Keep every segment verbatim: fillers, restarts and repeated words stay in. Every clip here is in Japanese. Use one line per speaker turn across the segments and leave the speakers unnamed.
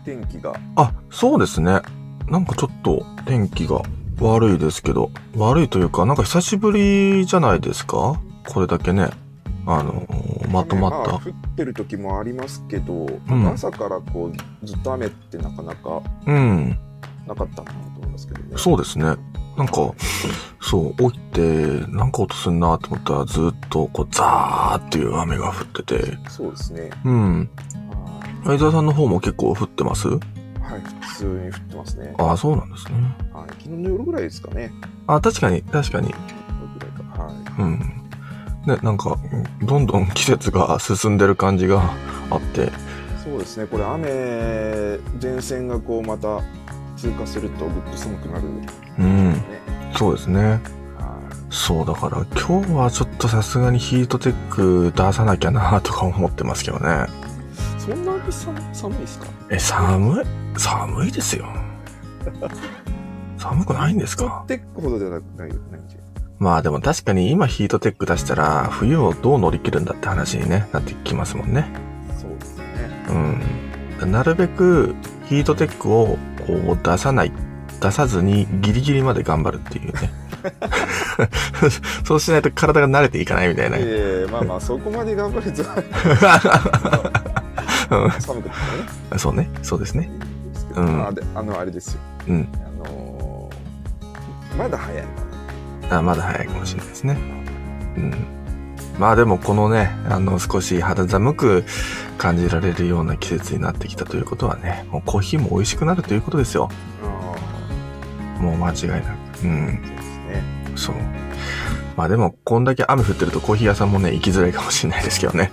天気が。
あ、そうですね。なんかちょっと天気が悪いですけど、悪いというか、なんか久しぶりじゃないですか？これだけね、あのー、まとまった、ね。
まあ、降ってる時もありますけど、うん、朝からこう、ずっと雨ってなかなか、うん。なかったなと思いますけどね。
そうですね。なんか、そう、起きて、なんか音すんなと思ったら、ずっと、こう、ザーっていう雨が降ってて。
そうですね。
うん。相沢さんの方も結構降ってます？
はい、普通に降ってますね。
ああ、そうなんですね。
はい、昨日の夜ぐらいですかね。
あ、確かに、確かに。
ぐらいか、はい。
うん。ね、なんか、どんどん季節が進んでる感じがあって。
そうですね、これ雨、前線がこう、また、通過するとぐっと寒くなる、ね、
うん、そうですね。そうだから今日はちょっとさすがにヒートテック出さなきゃなとか思ってますけどね。
そんなに寒いですか？
え、寒い寒いですよ。寒くないんですか？
ヒートテックほどではないよね。
まあでも確かに今ヒートテック出したら冬をどう乗り切るんだって話に、ね、なってきますもんね。
そうですね。
うん。なるべくヒートテックをこう出さない出さずにギリギリまで頑張るっていうね。そうしないと体が慣れていかないみたいな。
ええ、まあまあそこまで頑張ると寒くてね。
そうね、そうですね。
うん。あ, であのあれですよ。
うん。
あのー、まだ早いか
な。あ、まだ早いかもしれないですね。うん。まあでもこのね、あの少し肌寒く感じられるような季節になってきたということはね、もうコーヒーも美味しくなるということですよ。もう間違いなく。うん。そうですね。そう。まあでも、こんだけ雨降ってるとコーヒー屋さんもね、行きづらいかもしれないですけどね。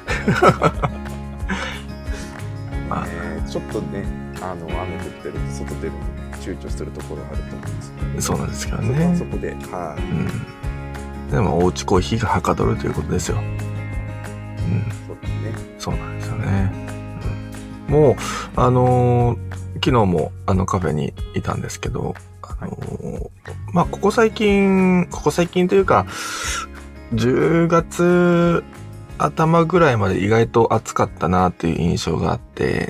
まあ、ね、ちょっとね、あの、雨降ってると外出るの躊躇するところあると思うんですけど、ね。
そうなんですけどね。
そこはそこで、はい、あ。
うん。でも、おうちコーヒーがはかどるということですよ。うん。
そうですね。
そうなんですよね。うん、もう、あのー、昨日もあのカフェにいたんですけど、あのー、まあ、ここ最近、ここ最近というか、じゅうがつ頭ぐらいまで意外と暑かったなっていう印象があって、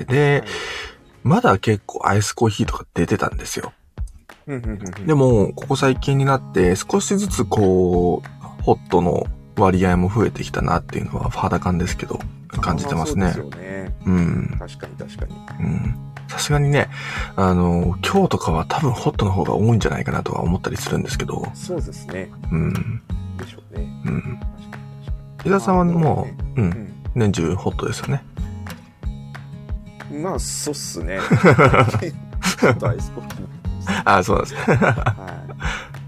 で、はい、まだ結構アイスコーヒーとか出てたんですよ。でも、ここ最近になって少しずつこう、ホットの割合も増えてきたなっていうのは肌感ですけど、感じてますね。
そうですよね。
うん。
確かに確かに。
うん。さすがにね、あの、今日とかは多分ホットの方が多いんじゃないかなとは思ったりするんですけど。
そうですね。
うん。
でしょうね。
うん。伊沢さんはもう、うん、うん、年中ホットですよね。
まあ、そうっすね。アイスコーヒー。
ああ、そうなんですね。
はい。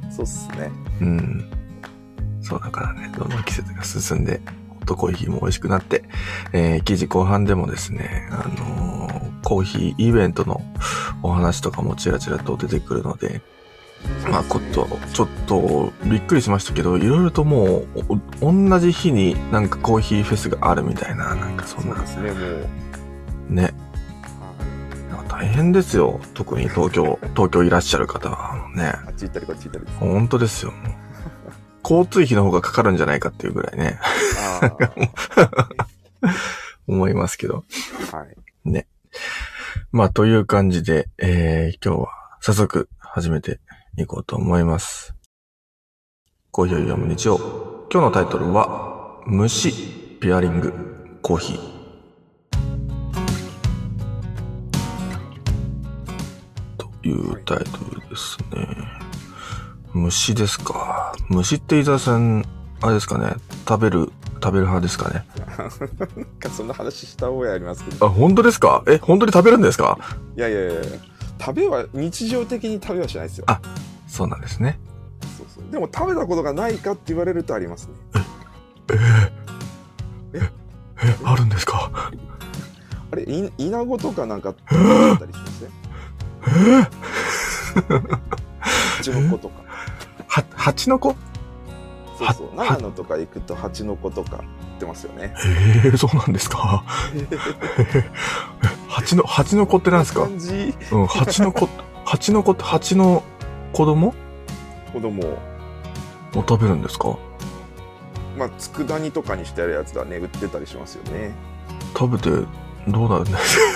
そうっすね。
うん。そうだからね、どんどん季節が進んで、ホットコーヒーも美味しくなって、えー、記事後半でもですね、あのー、コーヒーイベントのお話とかもちらちらと出てくるので、まあ、こと、ちょっとびっくりしましたけど、いろいろともう、同じ日になんかコーヒーフェスがあるみたいな、なんかそんな。
そうですね、もう。
ね。大変ですよ。特に東京、東京いらっしゃる方はね。
あっち行ったりこっち行ったり。
本当ですよ。交通費の方がかかるんじゃないかっていうぐらいね。思いますけど。
はい。
ね。まあ、という感じで、えー、今日は早速始めていこうと思います。コーヒーを読む日曜。今日のタイトルは、虫、ピアリング、コーヒー。というタイトルですね。虫ですか。虫って伊沢さん、あれですかね。食べる、食べる派ですかね。
なんかそんな話した覚えありますけど。
あ、本当ですか？え、本当に食べるんですか？
いやいやいや食べは、日常的に食べはしないですよ。
あ、そうなんですね。
そうそう。でも食べたことがないかって言われるとありますね。
え、え、え、え、あるんですか？
あれ、イイナゴとかなんか食べたりしますね。
えー
蜂の子とか。
は、蜂の子？
そうそう。長野とか行くと蜂の子とか売ってますよね。
へえ、そうなんですか。蜂の、蜂の子ってなんですか？
感じ。
うん、蜂の子、蜂の子って蜂の子供？
子供を
食べるんですか？
まあ、佃煮とかにしてあるやつがね、売ってたりしますよね。
食べてどうなるんですか？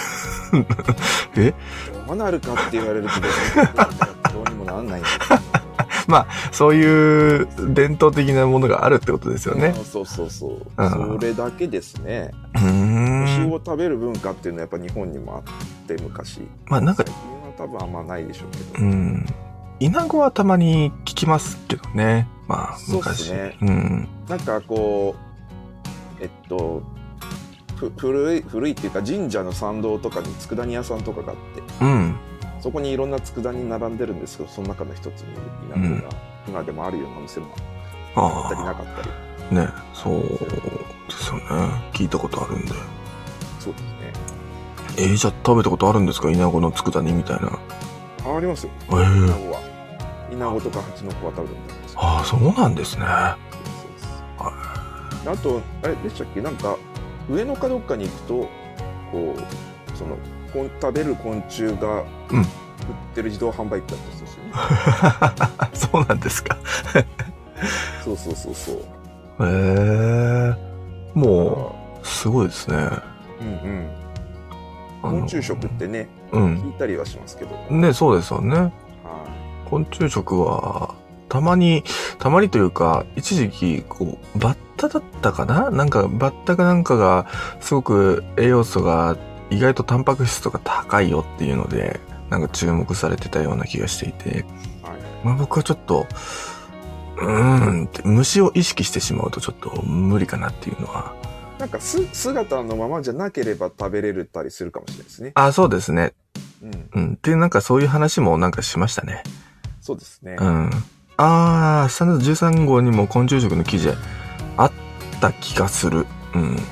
え
どうなるかって言われるとどうにもならないんですけど
まあそういう伝統的なものがあるってことですよね。
そうそうそう、うん、それだけですね。
うーん、
虫を食べる文化っていうのはやっぱ日本にもあって昔。
まあなんか
最近は多分あんまないでしょうけど。
うん。イナゴはたまに聞きますけどね。まあ昔。
そうですね。
うん。
なんかこうえっとふ古い古いっていうか神社の参道とかに佃煮屋さんとかがあって。
うん。
そこにいろんな佃煮並んでるんですけど、その中の一つにイナゴが今でもあるようなお店もあったりなかったり。
ね、そうですよね。聞いたことあるんで。
そうですね。
えー、じゃあ食べたことあるんですか、イナゴの佃煮みたいな。
あ、ありますよ。
えー、
イナゴは。イナゴとかハチノコは食べたことあります。
ああ、そうなんですね。
そうです。あと、あれでしたっけ、なんか上野かどっかに行くと、こうその食べる昆虫が売ってる自動販売機だったそうですよね。
そうなんですか。
そうそうそうそう。へ
えー、もうすごいですね。
うんうん。昆虫食ってね、
うん、
聞いたりはしますけど。
ね、そうですよね。
はい。
昆虫食はたまにたまにというか一時期こうバッタだったかな、なんかバッタかなんかがすごく栄養素が意外とタンパク質とか高いよっていうのでなんか注目されてたような気がしていて、はい、まあ僕はちょっとうーんって虫を意識してしまうとちょっと無理かなっていうのは。
なんかす姿のままじゃなければ食べれるたりするかもしれないですね。
あ、そうですね。うん。うん。っていうなんかそういう話もなんかしましたね。
そうですね。
うん。ああ、下のじゅうさん号にも昆虫食の記事あった気がする。うん。そうそうそう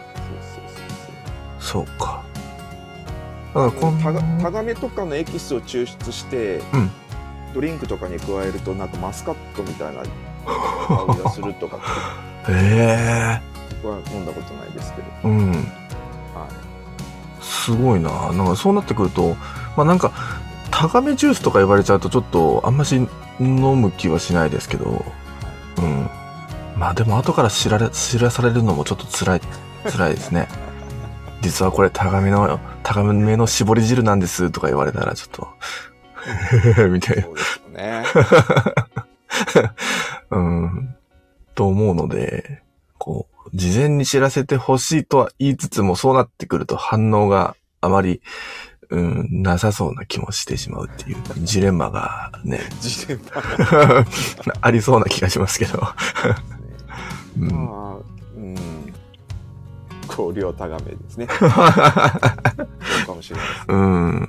そう。そうか。だからこの
タガメとかのエキスを抽出して、うん、ドリンクとかに加えるとなんかマスカットみたいな香りがするとかって。へえ。僕は飲んだことないですけど。うん。はい。
すごいな。なんかそうなってくると、まあなんかタガメジュースとか言われちゃうとちょっとあんまし飲む気はしないですけど、はい、うん。まあでも後から知られ知らされるのもちょっと辛い辛いですね。実はこれタガメのタガメの絞り汁なんですとか言われたらちょっとみたいな。そうですね。うん。と思うので、こう事前に知らせてほしいとは言いつつもそうなってくると反応があまり、うん、なさそうな気もしてしまうっていうジレンマがね、
ジレンマ
ありそうな気がしますけど。
うん、まあ、うん、香料タガメですね。そうかもしれないですね。うん。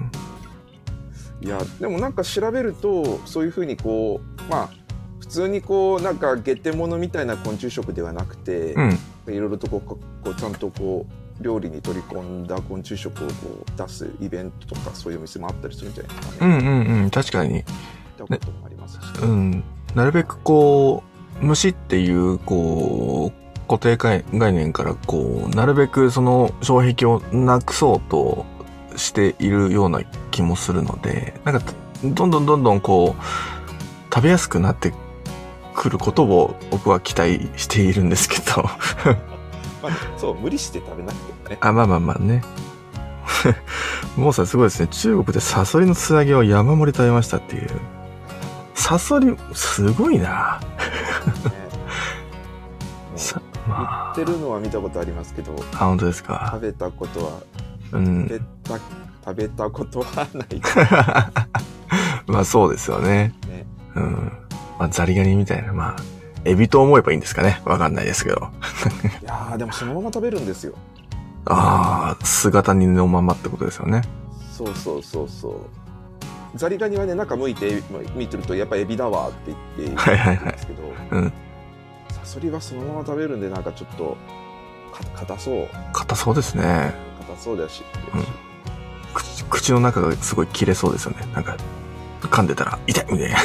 いや、でもなんか調べるとそういうふうにこう、まあ普通にこうなんかゲテモノみたいな昆虫食ではなくて、うん、いろいろとこう、こうちゃんとこう料理に取り込んだ昆虫食をこう出すイベントとかそういうお店もあったりするんじゃないですかね。
うんうんうん、確かに。
見たこともありますし、ね、
うん。なるべくこう虫っていうこう固定概念からこうなるべくその障壁をなくそうとしているような気もするので、なんかどんどんどんどんこう食べやすくなってくることを僕は期待しているんですけどま
あ、そう無理して食べなくてもね。
あ、まあまあまあね。もうさすごいですね。中国でサソリの素揚げを山盛り食べましたっていう。サソリすごいな。
さまあ、売ってるのは見たことありますけど、
あ、本当ですか。
食べたことは、
うん、
食べた食べたことはない
まあそうですよね。ね、うん。まあザリガニみたいな、まあエビと思えばいいんですかね。わかんないですけど。
いやーでもそのまま食べるんですよ。
ああ、姿煮のままってことですよね。
そうそうそうそう。ザリガニはね、中向いて見てるとやっぱエビだわって言って
はいはいはい。
ですけど、
うん。
サソリはそのまま食べるんでなんかちょっと硬そう。
硬そうですね。
硬そうだし、
うん、口, 口の中がすごい切れそうですよね。なんか噛んでたら痛いみたいな。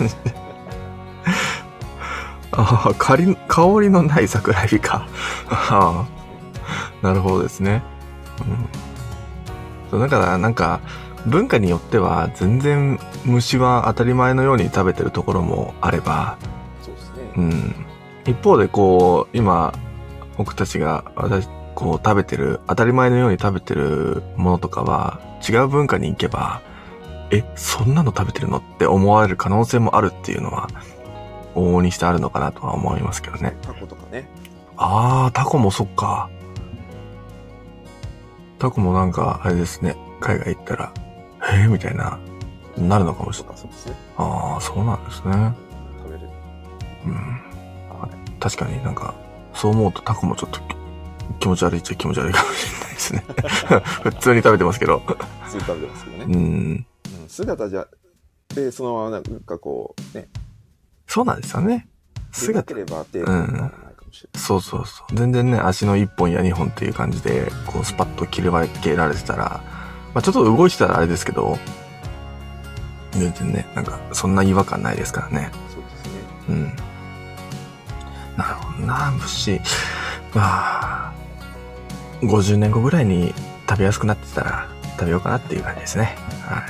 ああ、香り、香りのない桜エビか。ああ、なるほどですね。うん。そうだからなんか文化によっては全然虫は当たり前のように食べてるところもあれば、
そうですね。
うん。一方でこう今僕たちが私こう食べてる、当たり前のように食べてるものとかは、違う文化に行けば、え、そんなの食べてるのって思われる可能性もあるっていうのは、往々にしてあるのかなとは思いますけどね。
タコとかね。
あー、タコもそっか。タコもなんか、あれですね、海外行ったら、えー、みたいな、なるのかもしれない。
そうですね。
あー、そうなんですね。
食べれる。
うん。確かになんか、そう思うとタコもちょっと気持ち悪いっちゃ気持ち悪いかもしれないですね。普通に食べてますけど。
普通に食べてますけどね。
うん。
うん、姿じゃ、で、そのままなんかこう、ね。
そうなんですよね。
姿。でなければ手がないかもしれない、
うん。そうそうそう。全然ね、足の一本や二本っていう感じで、こうスパッと切り分けられてたら、まあちょっと動いてたらあれですけど、全然ね、なんか、そんな違和感ないですからね。
そうですね。
うん。なるほどな、虫。まあ、ごじゅうねんごぐらいに食べやすくなってたら食べようかなっていう感じですね。はい。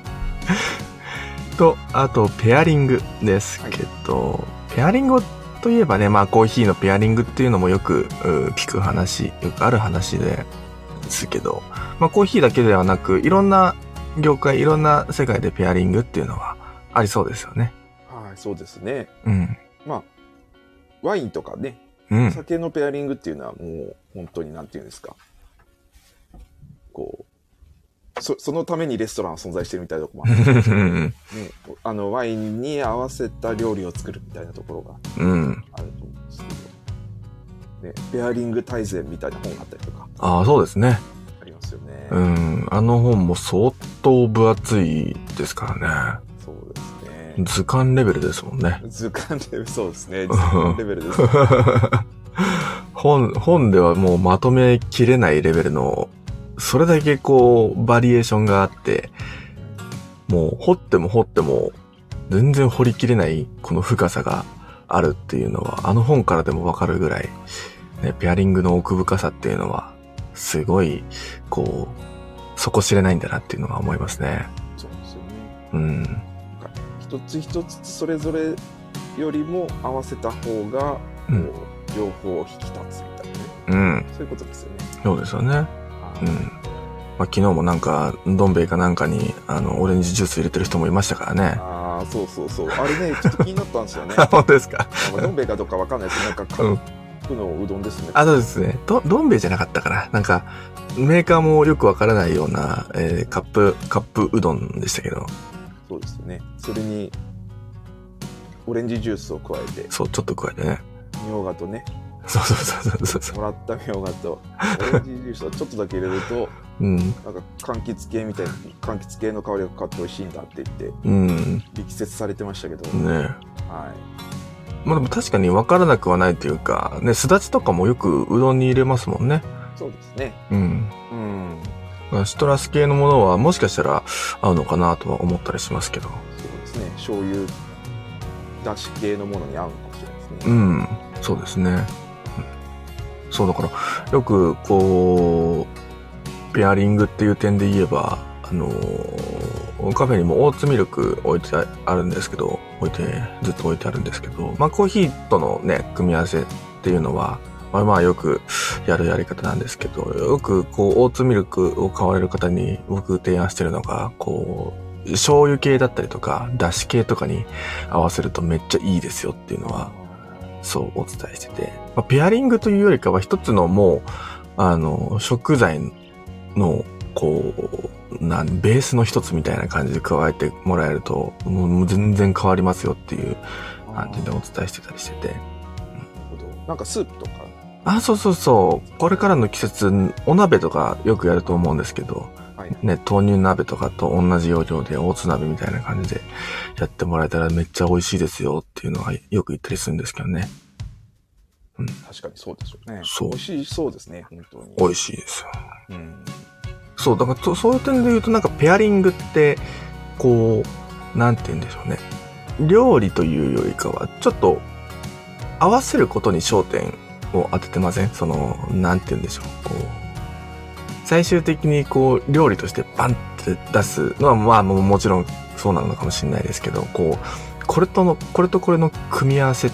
と、あと、ペアリングですけど、はい、ペアリングといえばね、まあコーヒーのペアリングっていうのもよく聞く話、よくある話ですけど、まあコーヒーだけではなく、いろんな業界、いろんな世界でペアリングっていうのはありそうですよね。
はい、そうですね。
うん。
まあ、ワインとかね、うん、酒のペアリングっていうのはもう本当になんていうんですか。こう、そ, そのためにレストランは存在してるみたいなところもある、ね。あの、ワインに合わせた料理を作るみたいなところがあると思うんですけど、ね、ペアリング大全みたいな本があったりとか。
ああ、そうですね。
ありますよね。
うん。あの本も相当分厚いですからね。
そうですね。
図鑑レベルですもんね。
図鑑レベル、そうですね。図鑑レベルです、ね。
本、本ではもうまとめきれないレベルの、それだけこう、バリエーションがあって、もう掘っても掘っても、全然掘りきれないこの深さがあるっていうのは、あの本からでもわかるぐらい、ね、ペアリングの奥深さっていうのは、すごい、こう、底知れないんだなっていうのは思いますね。
そうですよね。
うん。
一つ一つそれぞれよりも合わせた方が、うん、両方引き立つみたいなね。うん。そういうことですよね。
そうですよね。うん。まあ、昨日もなんか、どん兵衛かなんかに、あの、オレンジジュース入れてる人もいましたからね。
ああ、そうそうそう。あれね、ちょっと気になったんですよね。
本当ですか。
どん兵衛かどうかわかんないですけど、なんか、カップのうどんですね。
あ、そうですね。ど、どん兵衛じゃなかったかな。なんか、メーカーもよくわからないような、えー、カップ、カップうどんでしたけど。
そうですよね。それに、オレンジジュースを加えて。
そう、ちょっと加えてね。
みょうがとね。
そうそうそうそうそう。
もらったみょうがと、オレンジジュースをちょっとだけ入れると、うん、なんか柑橘系みたいな、柑橘系の香りがかかって美味しいんだって言って、うん、力説されてましたけど。ね。はい。
まあでも確かに分からなくはないというか、ね、すだちとかもよくうどんに入れますもんね。
そうですね。
うん。うん。シトラス系のものはもしかしたら合うのかなとは思ったりしますけど。
そうですね。醤油、だし系のものに合うのかもしれないですね。
うん。そうですね。うん、そうだから、よくこう、ペアリングっていう点で言えば、あのー、カフェにもオーツミルク置いてあるんですけど、置いて、ずっと置いてあるんですけど、まあコーヒーとのね、組み合わせっていうのは、まあまあよくやるやり方なんですけど、よくこう、オーツミルクを買われる方に僕提案してるのが、こう、醤油系だったりとか、だし系とかに合わせるとめっちゃいいですよっていうのは、そうお伝えしてて、まあ、ペアリングというよりかは一つのもう、あの、食材の、こう、なん、ベースの一つみたいな感じで加えてもらえると、もう全然変わりますよっていう感じでお伝えしてたりしてて。なる
ほど。なんかスープとか
あ、そうそうそう。これからの季節、お鍋とかよくやると思うんですけど、はい、ね、豆乳鍋とかと同じ要領で大津鍋みたいな感じでやってもらえたらめっちゃ美味しいですよっていうのはよく言ったりするんですけどね。
うん、確かにそうでしょうね。そう。美味しいそうですね、本当に。
美味しいですよ。うん。そう、だからそういう点で言うとなんかペアリングって、こう、なんて言うんでしょうね。料理というよりかは、ちょっと合わせることに焦点を当ててません？その、なんて言うんでしょう。こう最終的にこう料理としてバンって出すのはまあもちろんそうなのかもしれないですけど、こうこれとのこれとこれの組み合わせっ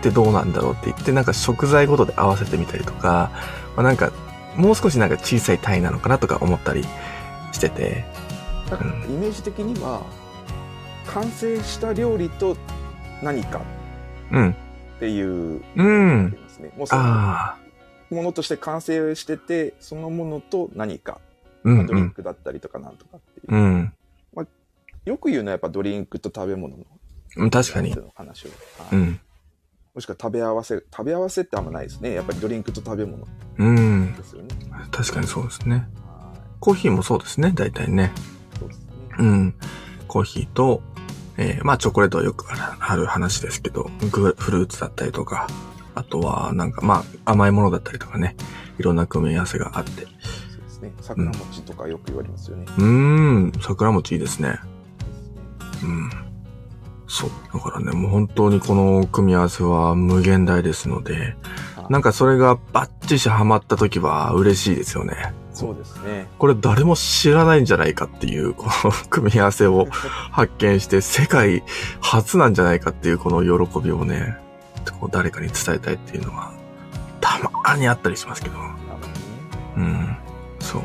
ってどうなんだろうって言って、なんか食材ごとで合わせてみたりとか、まあ、なんかもう少しなんか小さい単位なのかなとか思ったりしてて、
だからイメージ的には、うん、完成した料理と何かっていう、
うん、
ですね、もうそのものとして完成してて、そのものと何か、
うんうん、
ドリンクだったりとかなんとかっていう、
うん
まあ、よく言うのはやっぱドリンクと食べ物の
うん、確かに
話を、
はい、うん、
もしくは食べ合わせ食べ合わせってあんまないですね。やっぱりドリンクと食べ物ですよね、
うん、確かにそうですね。はい、コーヒーもそうですね、大体ね。
そうですね、
うん、コーヒーと、えー、まあチョコレートはよくある話ですけど、フルーツだったりとか、あとはなんかまあ甘いものだったりとかね、いろんな組み合わせがあって、そう
ですね、桜餅とかよく言われますよね。
うん、うーん、桜餅いいですね。うん。そう。だからね、もう本当にこの組み合わせは無限大ですので、なんかそれがバッチシハマった時は嬉しいですよね。
そうですね。
これ誰も知らないんじゃないかっていう、この組み合わせを発見して、世界初なんじゃないかっていうこの喜びをね、こう誰かに伝えたいっていうのは、たまにあったりしますけど。うん。そう。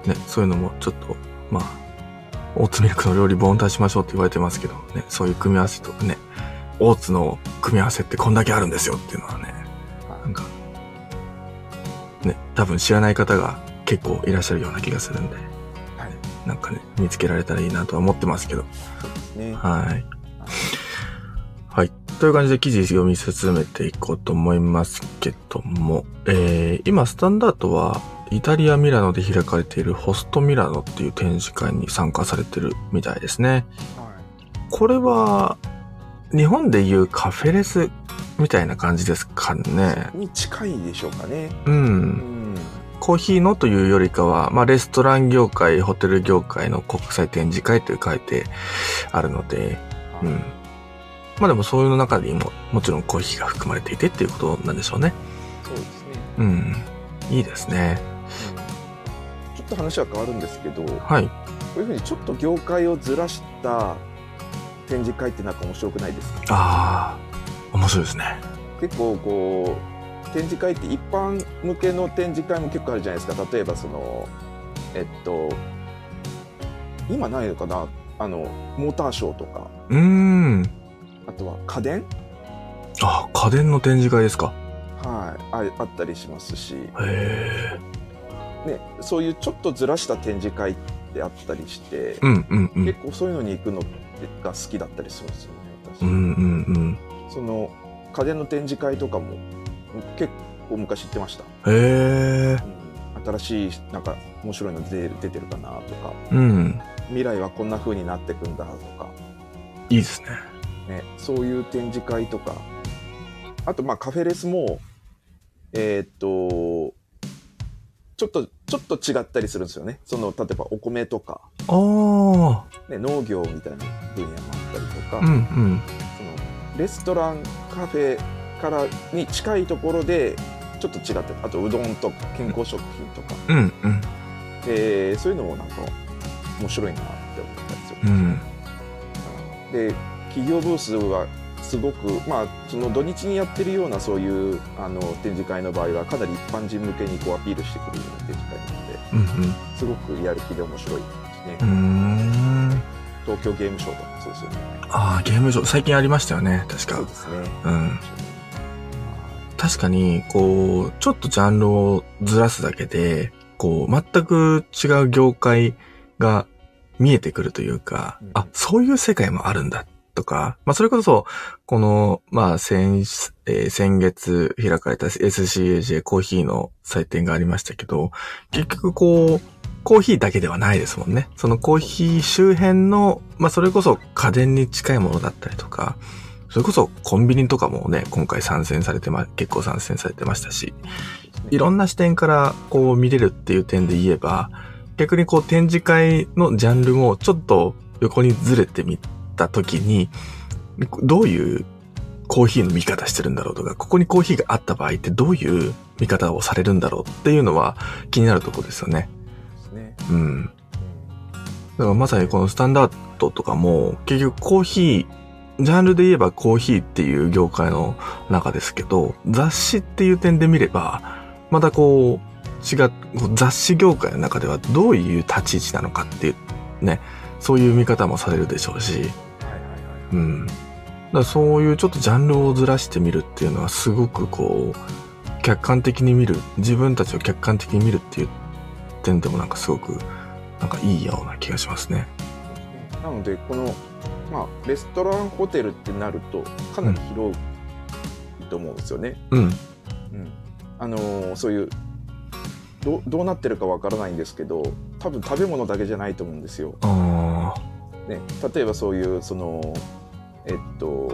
ね、そういうのもちょっと、まあ、オーツミルクの料理本出しましょうって言われてますけどね、そういう組み合わせとかね、オーツの組み合わせってこんだけあるんですよっていうのはね、なんか、ね、多分知らない方が結構いらっしゃるような気がするんで、はい、なんかね、見つけられたらいいなとは思ってますけど。
そうですね。
はい。はい。という感じで記事読み進めていこうと思いますけども、えー、今スタンダードはイタリア・ミラノで開かれているホストミラノっていう展示会に参加されてるみたいですね。はい、これは日本でいうカフェレスみたいな感じですかね。
に近いでしょうかね。
うん。うん、コーヒーのというよりかは、まあレストラン業界、ホテル業界の国際展示会という書いてあるので、はい、うん。まあでもそういうの中にももちろんコーヒーが含まれていてっていうことなんでしょうね。
そうですね。
うん。いいですね。
うん、ちょっと話は変わるんですけど、
はい。
こういうふうにちょっと業界をずらした展示会ってなんか面白くないですか？
ああ、面白いですね。
結構こう展示会って一般向けの展示会も結構あるじゃないですか。例えばそのえっと今ないのかな、あのモーターショーとか、
うーん、
あとは家電、
あ、家電の展示会ですか。
はい、あ, あったりしますし、
へ
ー、ね、そういうちょっとずらした展示会ってあったりして、
うんうんうん、
結構そういうのに行くのが好きだったりするんですよね。私、
うんうんうん、
その家電の展示会とかも結構昔行ってました。
へー、
うん、新しいなんか面白いの出てるかなとか、
うん、
未来はこんな風になってくんだとか、
いいですね。
ね、そういう展示会とか、あとまあカフェレスもえー、っとちょっとちょっと違ったりするんですよね。その例えばお米とか、
あー、
ね、農業みたいな分野もあったりとか、
うんうん、
そのレストランカフェからに近いところでちょっと違って、あとうどんとか健康食品とか、
うんうん、
でそういうのもなんか面白いなって思ったんですよ。
うん、
で企業ブースはすごく、まあ、その土日にやってるようなそういうあの展示会の場合はかなり一般人向けにこうアピールしてくるような展示会なので、
うんうん、
すごくやる気で面白いですね。
うーん、
東京ゲームショウとかそうですよね。
ああ、ゲームショウ最近ありましたよね、確か。
そうですね。
うん。確かにこうちょっとジャンルをずらすだけで、こう全く違う業界が見えてくるというか、うん、あ、そういう世界もあるんだとか、まあそれこそ、この、まあ先、えー、先月開かれた エスシーエージェー コーヒーの祭典がありましたけど、結局こう、コーヒーだけではないですもんね。そのコーヒー周辺の、まあそれこそ家電に近いものだったりとか、それこそコンビニとかもね、今回参戦されてま、結構参戦されてましたし、いろんな視点からこう見れるっていう点で言えば、逆にこう展示会のジャンルもちょっと横にずれてみたときに、どういうコーヒーの見方してるんだろうとか、ここにコーヒーがあった場合ってどういう見方をされるんだろうっていうのは気になるところですよね。うん。だからまさにこのスタンダードとかも結局コーヒージャンルで言えばコーヒーっていう業界の中ですけど、雑誌っていう点で見れば、またこう、違う、雑誌業界の中ではどういう立ち位置なのかっていう、ね、そういう見方もされるでしょうし、うん。だからそういうちょっとジャンルをずらしてみるっていうのはすごくこう、客観的に見る、自分たちを客観的に見るっていう点でもなんかすごく、なんかいいような気がしますね。
なので、この、まあ、レストランホテルってなると、かなり広いと思うんですよね。
うん。うん。
あのー、そういう、ど, どうなってるかわからないんですけど、多分食べ物だけじゃないと思うんですよ。
あ
ね、例えばそういうそのえっと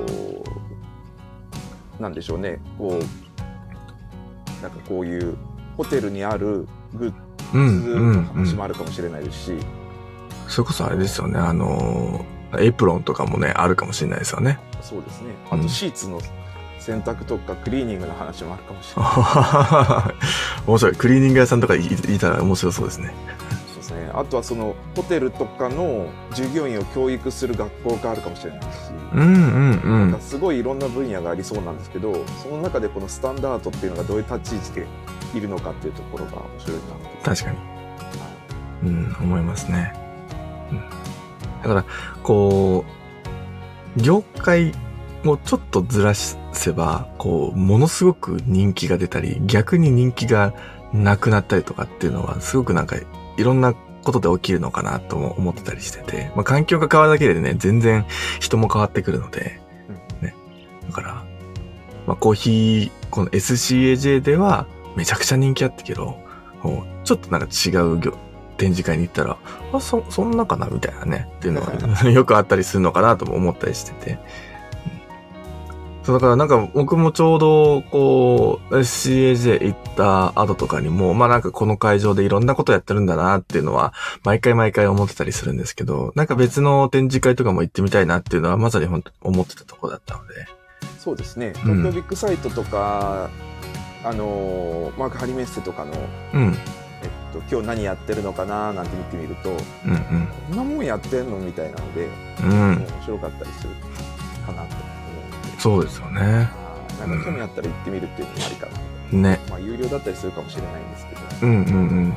なんでしょうね、こうなんかこういうホテルにあるグッズの話もあるかもしれないですし、うんうんうん、
それこそあれですよね、あのエプロンとかもねあるかもしれないですよね。
そうですね。あとシーツの洗濯とかクリーニングの話もあるかもしれない。
面白い。クリーニング屋さんとか い, いたら面白そうですね。
そうですね。あとはそのホテルとかの従業員を教育する学校があるかもしれないし、
うんうんうん、
なんかすごいいろんな分野がありそうなんですけど、その中でこのスタンダードっていうのがどういう立ち位置でいるのかっていうところが面白いなと。
確かに、うん、思いますね、うん、だからこう業界をちょっとずらせばこうものすごく人気が出たり逆に人気がなくなったりとかっていうのはすごくなんかいろんなことで起きるのかなとも思ってたりしてて、まあ、環境が変わるだけでね全然人も変わってくるので、うんね、だから、まあ、コーヒーこの エスシーエージェー ではめちゃくちゃ人気あったけどちょっとなんか違う展示会に行ったらあそそんなかなみたいなねっていうのはよくあったりするのかなとも思ったりしてて、そうだからなんか僕もちょうどこう エスシーエージェー 行った後とかにもまあなんかこの会場でいろんなことやってるんだなっていうのは毎回毎回思ってたりするんですけど、なんか別の展示会とかも行ってみたいなっていうのはまさに本当思ってたところだったので。
そうですね。東京ビッグサイトとか、うん、あのマークハリメッセとかの、うん、えっと今日何やってるのかななんて見てみると、うんうん、こんなもんやってんのみたいなので、うん、面白かったりするかなと。
そうですよね。
なんか興味あったら行ってみるっていうのもありかなと、うん、ね。まあ有料だったりするかもしれないんですけど。
うんうんうん。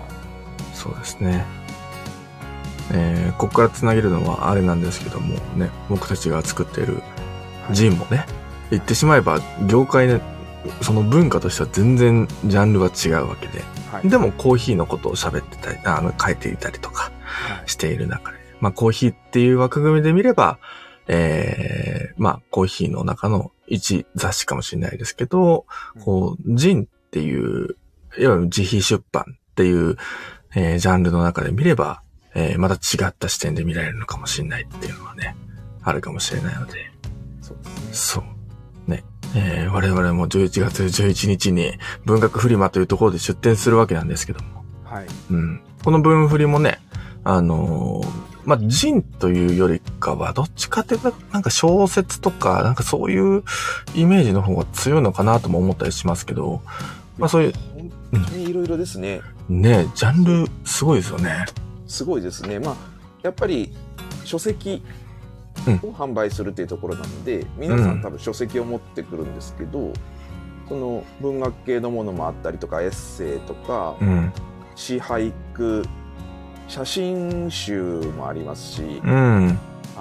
そうですね。えー、ここからつなげるのはあれなんですけどもね、僕たちが作っているジンもね、はい、言ってしまえば業界ね、その文化としては全然ジャンルは違うわけで、はい、でもコーヒーのことを喋ってたり、あの書いていたりとかしている中で、はい、まあコーヒーっていう枠組みで見れば。えー、まあ、コーヒーの中の一雑誌かもしれないですけど、うん、こう、ジンっていう、いわゆる自費出版っていう、えー、ジャンルの中で見れば、えー、また違った視点で見られるのかもしれないっていうのはね、あるかもしれないので。
そうですね。
そう。ね。えー、我々もじゅういちがつじゅういちにちに文学フリマというところで出展するわけなんですけども。
はい。
うん。この文フリもね、あのー、まあ、ジンというよりかは、どっちかっていうと、なんか小説とか、なんかそういうイメージの方が強いのかなとも思ったりしますけど、まあそういう。
本当にいろいろですね。
うん、ね、ジャンルすごいですよね。
すごいですね。まあ、やっぱり書籍を販売するっていうところなので、うん、皆さん多分書籍を持ってくるんですけど、その文学系のものもあったりとか、エッセイとか、うん、詩俳句、写真集もありますし、うん、はい、なんかね、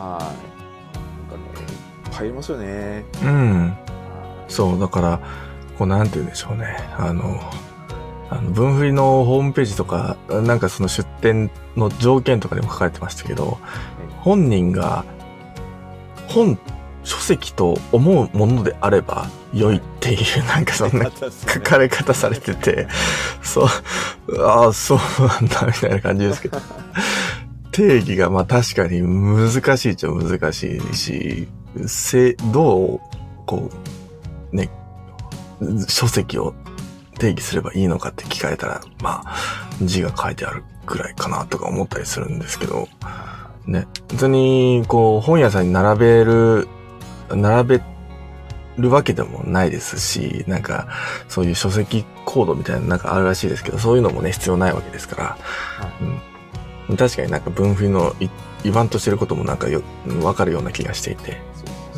いっぱいありますよね。
うん。そう、だから、こう、なんて言うんでしょうね。あの、あの、文振りのホームページとか、なんかその出展の条件とかにも書かれてましたけど、うん、本人が、本、書籍と思うものであれば良いっていう、なんかそんな書かれ方されてて、そう、ああ、そうなんだ、みたいな感じですけど。定義がまあ確かに難しいっちゃ難しいし、せ、どう、こう、ね、書籍を定義すればいいのかって聞かれたら、まあ、字が書いてあるくらいかなとか思ったりするんですけど、ね、別に、こう、本屋さんに並べる、並べるわけでもないですし、なんか、そういう書籍コードみたいななんかあるらしいですけど、そういうのもね、必要ないわけですから、うん、確かになんか文振りの言わんとしてることもなんかよ、わかるような気がしていて、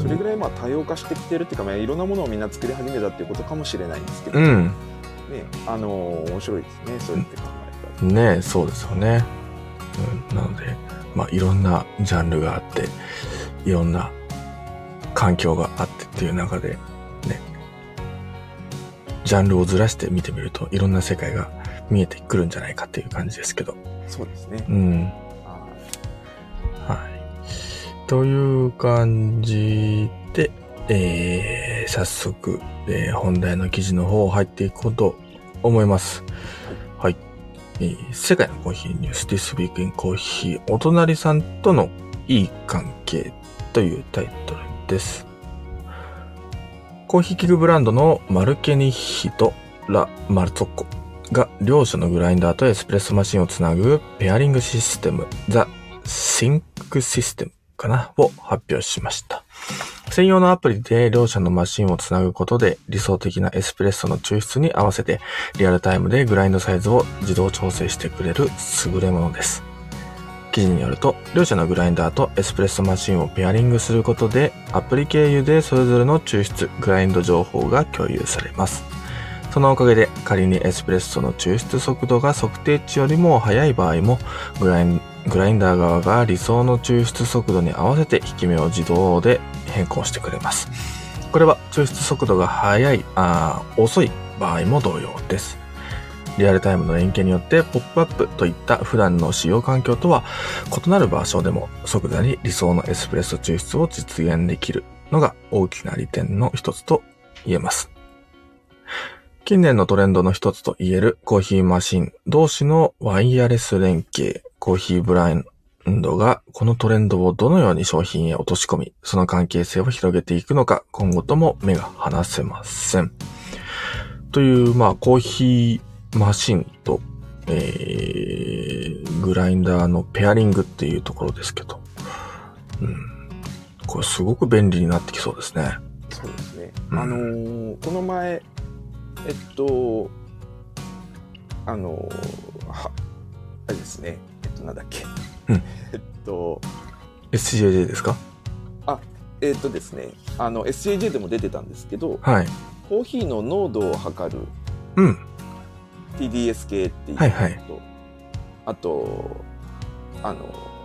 それぐらいまあ多様化してきてるっていうか、まあ、いろんなものをみんな作り始めたっていうことかもしれないんですけど、
うん、
ね、あの面白いですね、そうやって考えた
らね。そうですよね、うん、なのでまあいろんなジャンルがあっていろんな環境があってっていう中でね、ジャンルをずらして見てみるといろんな世界が見えてくるんじゃないかっていう感じですけど。
そうですね。
うん。はい。という感じで、えー、早速、えー、本題の記事の方入っていこうと思います。はい。はい、えー、世界のコーヒーニュース This Week in Coffee お隣さんとのいい関係というタイトルです。コーヒー器具ブランドのマルケニッヒとラ・マルツォッコが両社のグラインダーとエスプレッソマシンをつなぐペアリングシステム The Sync System かなを発表しました。専用のアプリで両社のマシンをつなぐことで理想的なエスプレッソの抽出に合わせてリアルタイムでグラインドサイズを自動調整してくれる優れものです。記事によると、両社のグラインダーとエスプレッソマシンをペアリングすることでアプリ経由でそれぞれの抽出、グラインド情報が共有されます。そのおかげで仮にエスプレッソの抽出速度が測定値よりも速い場合もグライン、グラインダー側が理想の抽出速度に合わせて引き目を自動で変更してくれます。これは抽出速度が速い、あ遅い場合も同様です。リアルタイムの連携によってポップアップといった普段の使用環境とは異なる場所でも即座に理想のエスプレッソ抽出を実現できるのが大きな利点の一つと言えます。近年のトレンドの一つと言えるコーヒーマシン同士のワイヤレス連携、コーヒーブランドがこのトレンドをどのように商品へ落とし込み、その関係性を広げていくのか今後とも目が離せません。という、まあコーヒーマシンと、えー、グラインダーのペアリングっていうところですけど、うん、これすごく便利になってきそうですね。
そうですね。
うん、
あのー、この前えっと、あの、は、あれですね、えっと、なんだっけ。
うん、
えっと、
エスジェージェー ですか？
あ、えっとですね、あの、エスジェージェー でも出てたんですけど、
はい。
コーヒーの濃度を測る、
うん。
ティーディーエス 系っていうのと、
はいはい、
あと、あの、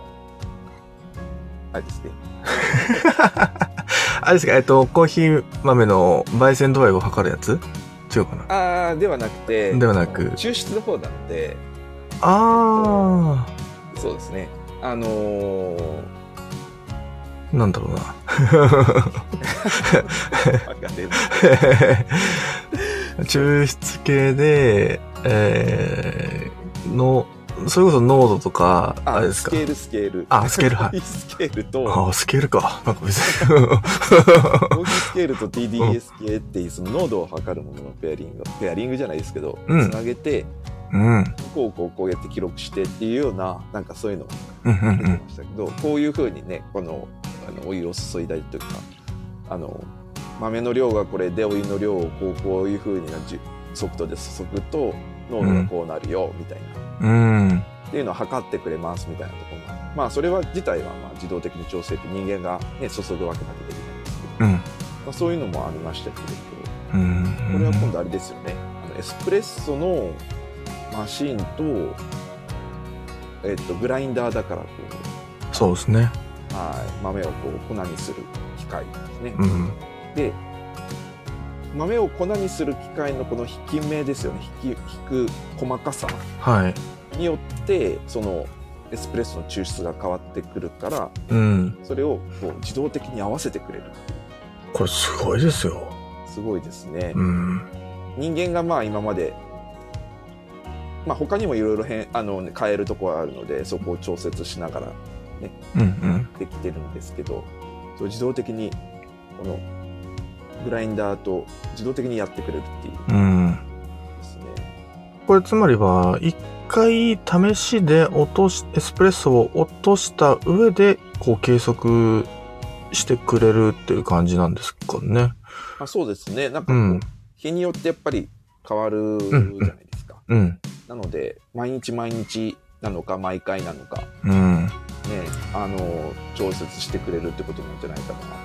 あれですね。
あれですか、えっと、コーヒー豆の焙煎度合いを測るやつ？違うかな。
ああ、ではなくて、
ではなく
抽出の方なので、
ああ、
えっと、そうですね。あのー、
なんだろうな。抽出系で、えー、の、それこそ濃度とか、あ, あれですか。
スケールスケール。
あ、スケール、はい。
スケールと。
あ、スケールか。なんか別に。
コーヒースケールと ティーディーエス 系っていうその濃度を測るもののペアリング、ペアリングじゃないですけど、
うん、
つなげて、
うん、
こうこうこうやって記録してっていうような、なんかそういうのを
言って
ましたけど、うんうんうん、こういう風にね、この、あのお湯を注いだりというか、あの、豆の量がこれでお湯の量をこうこういう風にな速度で注ぐと濃度がこうなるよ、みたいな。
うん。
っていうのを測ってくれますみたいなところが、まあそれは自体はまあ自動的に調整って人間がね注ぐわけなくできないんですけど、うん、まあ、そういうのもありましたけれど、うん、これは今度あれですよね、あのエスプレッソのマシンとえっとグラインダーだからこ
う、そうですね、
はい、豆をこう粉にする機械ですね、
うん、
で豆を粉にする機械のこの引き目ですよね、引き引く細かさ、
はい
によってそのエスプレッソの抽出が変わってくるから、
うん、
それをこう自動的に合わせてくれる。
これすごいですよ。
すごいですね。
うん、
人間がまあ今まで、まあ、他にもいろいろ変あの変えるところがあるのでそこを調節しながらね、
うんうん、
できてるんですけど、そう自動的にこのグラインダーと自動的にやってくれるっていう、
うん、
ですね。
これつまりは一回試しで落としエスプレッソを落とした上でこう計測してくれるっていう感じなんですかね。
あ、そうですね。なんかこう、うん、日によってやっぱり変わるじゃないですか。
うんうん、
なので毎日毎日なのか毎回なのか、
うん、
ね、あの調節してくれるってことなんじゃないかなと。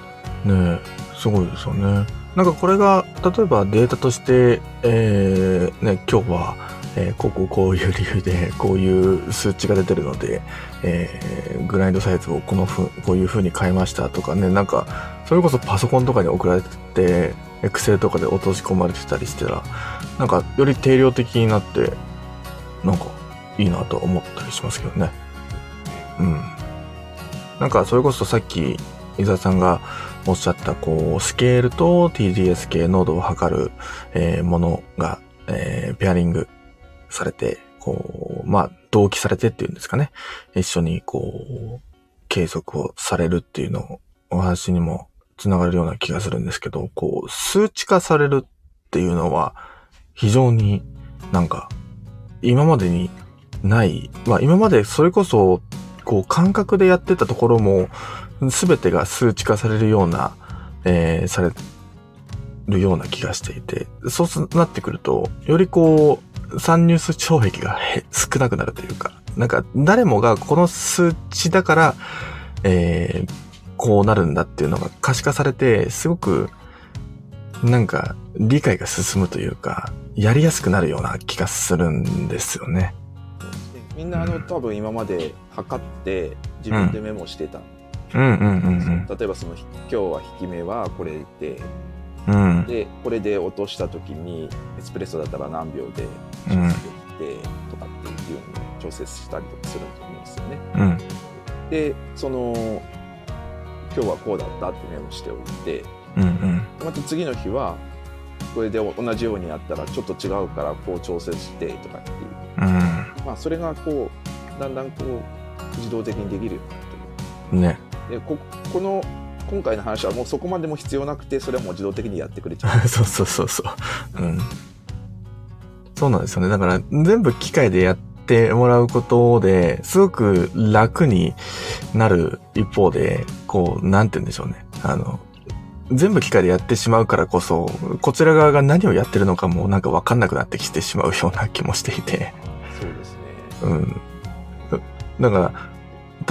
ねえ、すごいですよね。なんかこれが、例えばデータとして、えー、ね、今日は、えー、こうこういう理由で、こういう数値が出てるので、えー、グラインドサイズをこのふ、こういう風に変えましたとかね、なんか、それこそパソコンとかに送られてて、Excel とかで落とし込まれてたりしてたら、なんか、より定量的になって、なんか、いいなと思ったりしますけどね。うん。なんか、それこそさっき、伊沢さんがおっしゃった、こう、スケールと ティーディーエス 系濃度を測る、えー、ものが、えー、ペアリングされて、こう、まあ、同期されてっていうんですかね。一緒に、こう、計測をされるっていうのを、お話にもつながるような気がするんですけど、こう、数値化されるっていうのは、非常になんか、今までにない、まあ、今までそれこそ、こう、感覚でやってたところも、すべてが数値化されるような、えー、されるような気がしていて、そうなってくると、よりこう、参入障壁が少なくなるというか、なんか誰もがこの数値だから、えー、こうなるんだっていうのが可視化されて、すごく、なんか理解が進むというか、やりやすくなるような気がするんですよね。
みんなあの、うん、多分今まで測って自分でメモしてた。
うんうんうんうん、
例えばその今日は引き目はこれで、
うん、
でこれで落とした時にエスプレッソだったら何秒で調整できてとかっていうのを調整したりとかすると思うんですよね。
うん、
でその今日はこうだったってメモしておいて、
うんうん、
また次の日はこれで同じようにやったらちょっと違うからこう調整してとかっていう、
うん、
まあそれがこうだんだんこう自動的にできるようになってる。
ね。
で こ, この今回の話はもうそこまでも必要なくて、それはもう自動的にやってくれちゃう。
そうそうそうそう。うん。そうなんですよね。だから全部機械でやってもらうことですごく楽になる一方で、こう、なんて言うんでしょうね。あの、全部機械でやってしまうからこそ、こちら側が何をやってるのかもなんかわかんなくなってきてしまうような気もしていて。
そうですね。
うん。だから、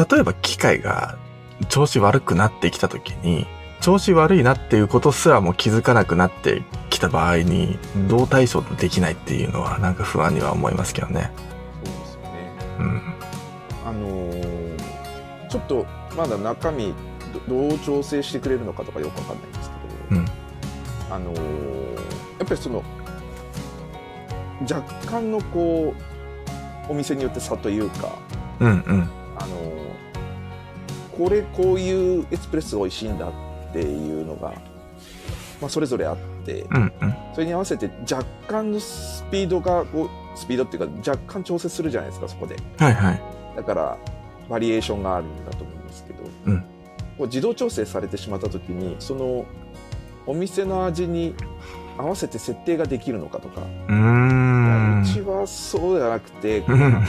例えば機械が調子悪くなってきたときに、調子悪いなっていうことすらも気づかなくなってきた場合に、どう対処できないっていうのはなんか不安には思いますけどね。
そうですよね。
うん。
あのー、ちょっとまだ中身どう調整してくれるのかとかよくわかんないんですけど、うん、あのー、やっぱりその若干のこうお店によって差というか、
うんうん、
あのー、これこういうエスプレッソが美味しいんだっていうのが、まあ、それぞれあって、
うんうん、
それに合わせて若干のスピードがこうスピードっていうか若干調整するじゃないですか、そこで。
はいはい。
だからバリエーションがあるんだと思うんですけど、
うん、
こう自動調整されてしまった時にそのお店の味に合わせて設定ができるのかとか、
うーん、
うちはそうじゃなくて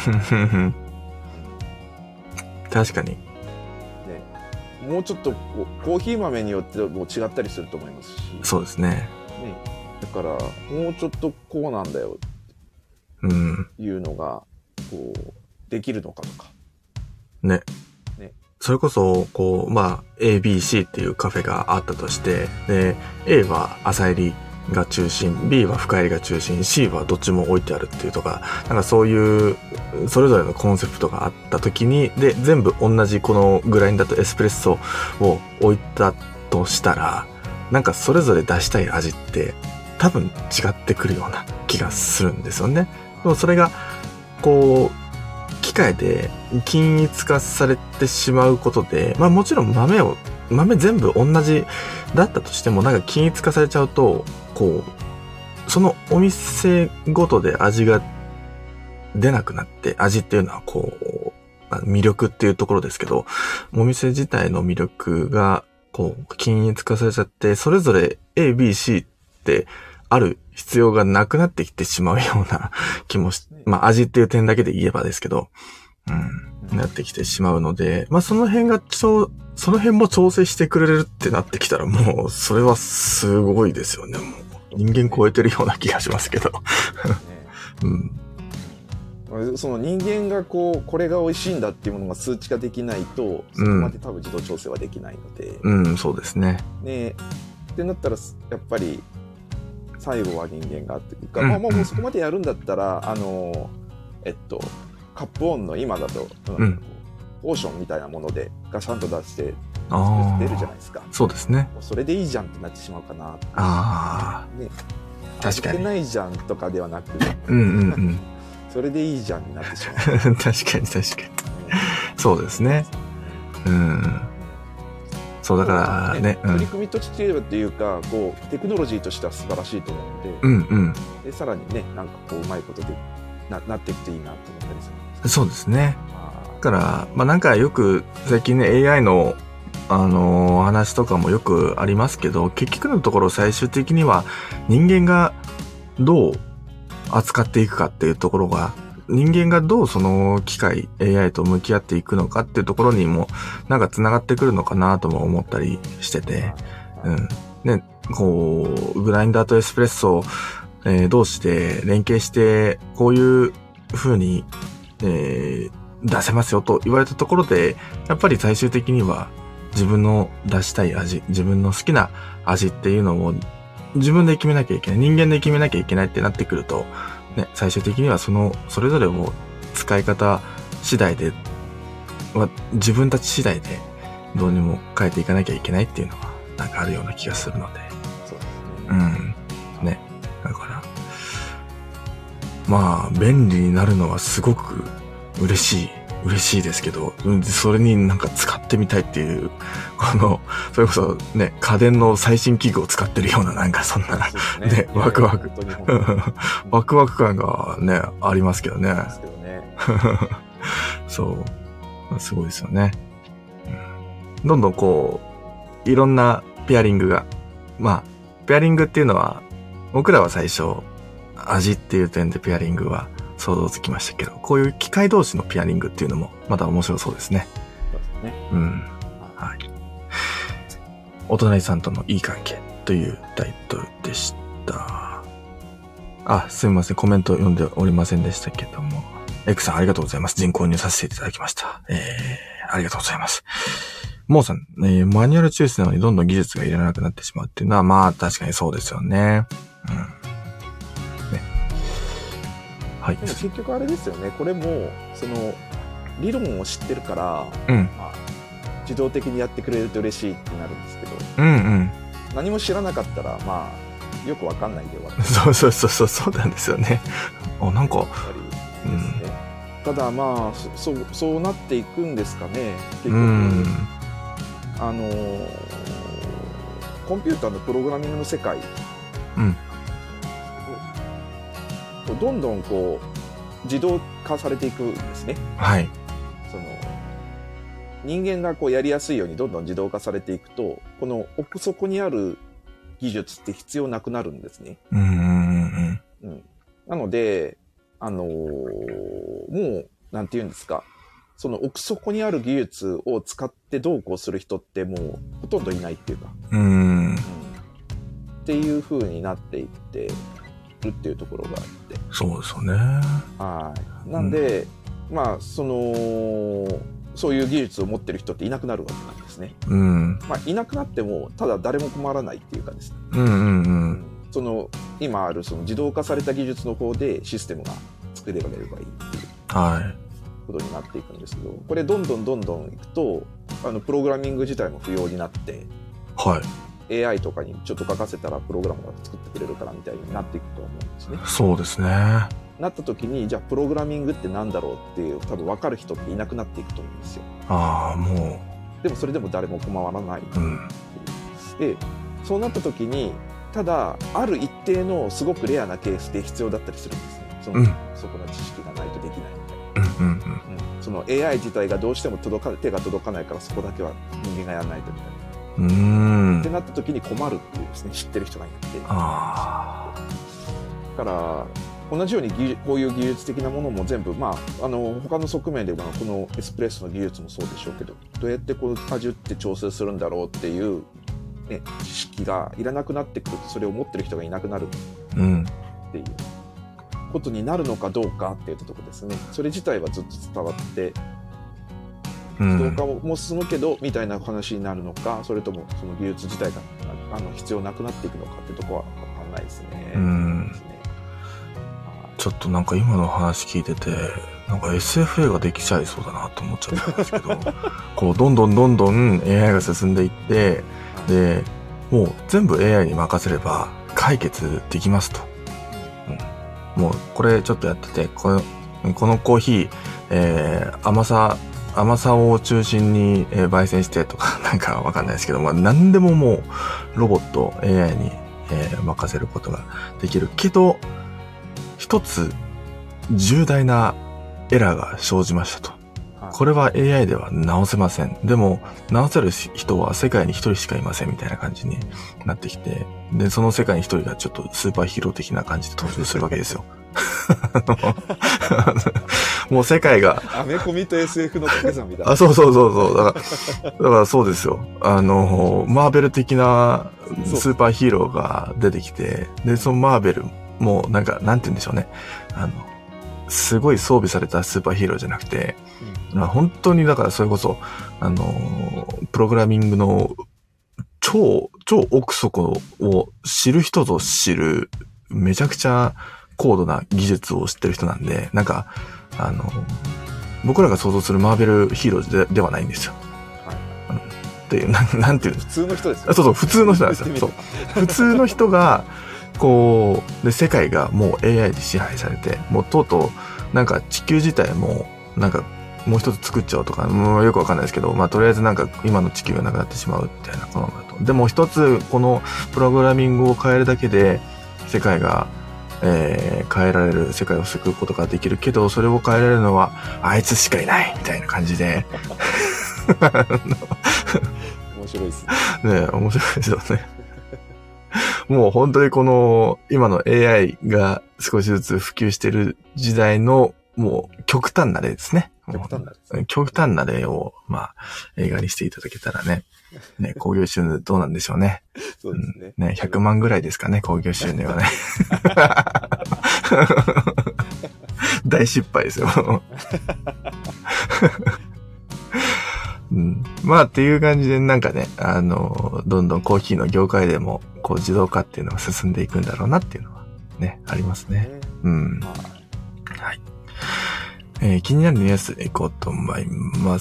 確かに、ね、
もうちょっとこうコーヒー豆によっても違ったりすると思いますし、
そうですね。ね、
だからもうちょっとこうなんだよっていうのがこうできるのかとか
ね。ね、それこそこうまあ エービーシー っていうカフェがあったとして、で A は朝入りが中心、B は深入りが中心、C はどっちも置いてあるっていうとか、なんかそういうそれぞれのコンセプトがあった時に、で全部同じこのグラインダーとエスプレッソを置いたとしたら、なんかそれぞれ出したい味って多分違ってくるような気がするんですよね。でもそれがこう機械で均一化されてしまうことで、まあもちろん豆を豆全部同じだったとしても、なんか均一化されちゃうと、こうそのお店ごとで味が出なくなって、味っていうのはこう魅力っていうところですけど、お店自体の魅力がこう均一化されちゃって、それぞれ A、B、C ってある必要がなくなってきてしまうような気もし、まあ味っていう点だけで言えばですけど、うん、なってきてしまうので、まあその辺がちょ、その辺も調整してくれるってなってきたら、もうそれはすごいですよね。もう人間超えてるような気がしますけど。うん、
その人間がこうこれが美味しいんだっていうものが数値化できないとそこまで多分自動調整はできないので、
うん、うん、そうですね。
ねってなったらやっぱり最後は人間がっていうか、
うん、
まあもうそこまでやるんだったらあのえっとカップオンの今だと、うん、オーションみたいなものでガシャンと出して出るじゃないですか。
そうですね。
それでいいじゃんってなってしまうかな。
ああ、
ね、
確かに。
出てないじゃんとかではなく、
うんうんうん。
それでいいじゃんになってしまう。
確かに確かに。そうですね。うん。そうだからね。
取り組みとしてっていうか、こうテクノロジーとしては素晴らしいと思うので、
うんうん。
でさらにね、なんかこううまいことで な, なっていくといいなと思ったりするんです。
そうですね。だからまあなんかよく最近ね エーアイ のあのー、話とかもよくありますけど、結局のところ最終的には人間がどう扱っていくかっていうところが、人間がどうその機械 エーアイ と向き合っていくのかっていうところにもなんか繋がってくるのかなとも思ったりしてて、うん。ね、こう、グラインダーとエスプレッソ、えー、同士で連携して、こういう風に、えー、出せますよと言われたところで、やっぱり最終的には自分の出したい味、自分の好きな味っていうのを自分で決めなきゃいけない。人間で決めなきゃいけないってなってくると、ね、最終的にはその、それぞれを使い方次第で、ま、自分たち次第でどうにも変えていかなきゃいけないっていうのは、なんかあるような気がするので。
そうですね。
うん。ね。だから、まあ、便利になるのはすごく嬉しい。嬉しいですけど、それになんか使ってみたいっていう、この、それこそね、家電の最新器具を使ってるような、なんかそんな、ね、ねワクワク、ワクワク感がね、ありますけどね。ですけどねそう。すごいですよね。うん、どんどんこう、いろんなペアリングが、まあ、ペアリングっていうのは、僕らは最初、味っていう点でペアリングは、想像つきましたけど、こういう機械同士のペアリングっていうのもまた面白そうですね。
そうですね。
うん。はい。お隣さんとのいい関係というタイトルでした。あ、すみません。コメント読んでおりませんでしたけども。エクさんありがとうございます。人購入させていただきました。えー、ありがとうございます。モーさん、えー、マニュアル抽出なのにどんどん技術がいらなくなってしまうっていうのは、まあ確かにそうですよね。うん。はい、
でも結局あれですよね、これもその理論を知ってるから、
うん
まあ、自動的にやってくれると嬉しいってなるんですけど、
うんうん、
何も知らなかったらまあよくわかんないで終わる。
そうそうそうそうそうなんですよね。あなんかやっぱ
りですね、うん、ただまあそそうなっていくんですかね結局、うん、あのー、コンピューターのプログラミングの世界、
うん
どんどんこう自動化されていくんですね。
はい。
その人間がこうやりやすいようにどんどん自動化されていくと、この奥底にある技術って必要なくなるんですね。
うんうんうん
うん。なので、あのー、もうなんて言うんですか、その奥底にある技術を使ってどうこうする人ってもうほとんどいないっていうか、
うん、うん、
っていう風になっていってるっていうところがあって。
そうですよね。
はい。なんで、うん、まあそのそういう技術を持ってる人っていなくなるわけなんですね。
うん。
まあいなくなってもただ誰も困らないっていうかですね。
うんうんうん。うん、
その今あるその自動化された技術の方でシステムが作れられればいいっていうことになっていくんですけど、これどんどんどんどんいくとあのプログラミング自体も不要になって、
はい。
エーアイ とかにちょっと書かせたらプログラムが作ってくれるからみたいになっていくと思うんですね。
そうですね。
なった時にじゃあプログラミングってなんだろうっていう多分分かる人っていなくなっていくと思うんですよ。
ああも
う。でもそれでも誰も困らない。
うん、
でそうなった時にただある一定のすごくレアなケースで必要だったりするんですね。その、うん、そこの知識がないとできないみたいな。
うんうんうんうん、
その エーアイ 自体がどうしても届か手が届かないからそこだけは人間がやらないとみたいな。
うーん
ってなった時に困るっていうですね、知ってる人がいなくて。
あ
だから同じようにこういう技術的なものも全部、まあ、あの他の側面ではこのエスプレッソの技術もそうでしょうけど、どうやってこう果汁って調整するんだろうっていう、ね、知識がいらなくなってくると、それを持ってる人がいなくなるっていう、
うん、
こことになるのかどうかっていったところですね。それ自体はずっと伝わって自動化も進むけど、うん、みたいな話になるのか、それともその流通自体があの必要なくなっていくのかっていうところは分かんないですね。うんですね。
ちょっとなんか今の話聞いてて、なんか エスエフ 映画できちゃいそうだなと思っちゃったんですけど、こうどんどんどんどん エーアイ が進んでいって、で、もう全部 エーアイ に任せれば解決できますと。うん、もうこれちょっとやってて、この、このコーヒー、えー、甘さ、甘さを中心に、えー、焙煎してとか、なんかわかんないですけど、まあ何でももうロボット エーアイ に、えー、任せることができるけど、一つ重大なエラーが生じましたと。これは エーアイ では直せません。でも、直せる人は世界に一人しかいませんみたいな感じになってきて、で、その世界に一人がちょっとスーパーヒーロー的な感じで登場するわけですよ。もう世界が。
アメコミと エスエフ の掛け算みたいな。
あ、そうそうそうそう。だから、だからそうですよ。あの、マーベル的なスーパーヒーローが出てきて、で、そのマーベルもなんか、なんて言うんでしょうね。あの、すごい装備されたスーパーヒーローじゃなくて、うん、本当にだからそれこそ、あの、プログラミングの超、超奥底を知る人ぞ知る、めちゃくちゃ高度な技術を知ってる人なんで、なんか、あの、僕らが想像するマーベルヒーロー で, ではないんですよ。はい。うん、っていう、なん、なんていうの？
普通の人ですよ。
そうそう、普通の人なんですよ。そう。普通の人が、こう、で、世界がもう エーアイ に支配されて、もうとうとう、なんか地球自体も、なんか、もう一つ作っちゃおうとか、もうよくわかんないですけど、まあとりあえずなんか今の地球がなくなってしまうみたいなこのだと。でも一つこのプログラミングを変えるだけで世界が、えー、変えられる、世界を救うことができるけど、それを変えられるのはあいつしかいないみたいな感じで。
面白いです
ね。ね、面白いですよね。もう本当にこの今の エーアイ が少しずつ普及している時代のもう極端な例ですね。
極端な例ですね。
極端な例を、まあ、映画にしていただけたらね。ね、興行収入どうなんでしょうね。
そうですね。
うん、ね、ひゃくまんぐらいですかね、興行収入はね。大失敗ですよ。うん、まあ、っていう感じで、なんかね、あの、どんどんコーヒーの業界でも、こう、自動化っていうのが進んでいくんだろうなっていうのは、ね、ありますね。うん。はい。えー、気になるニュースいこうと思います。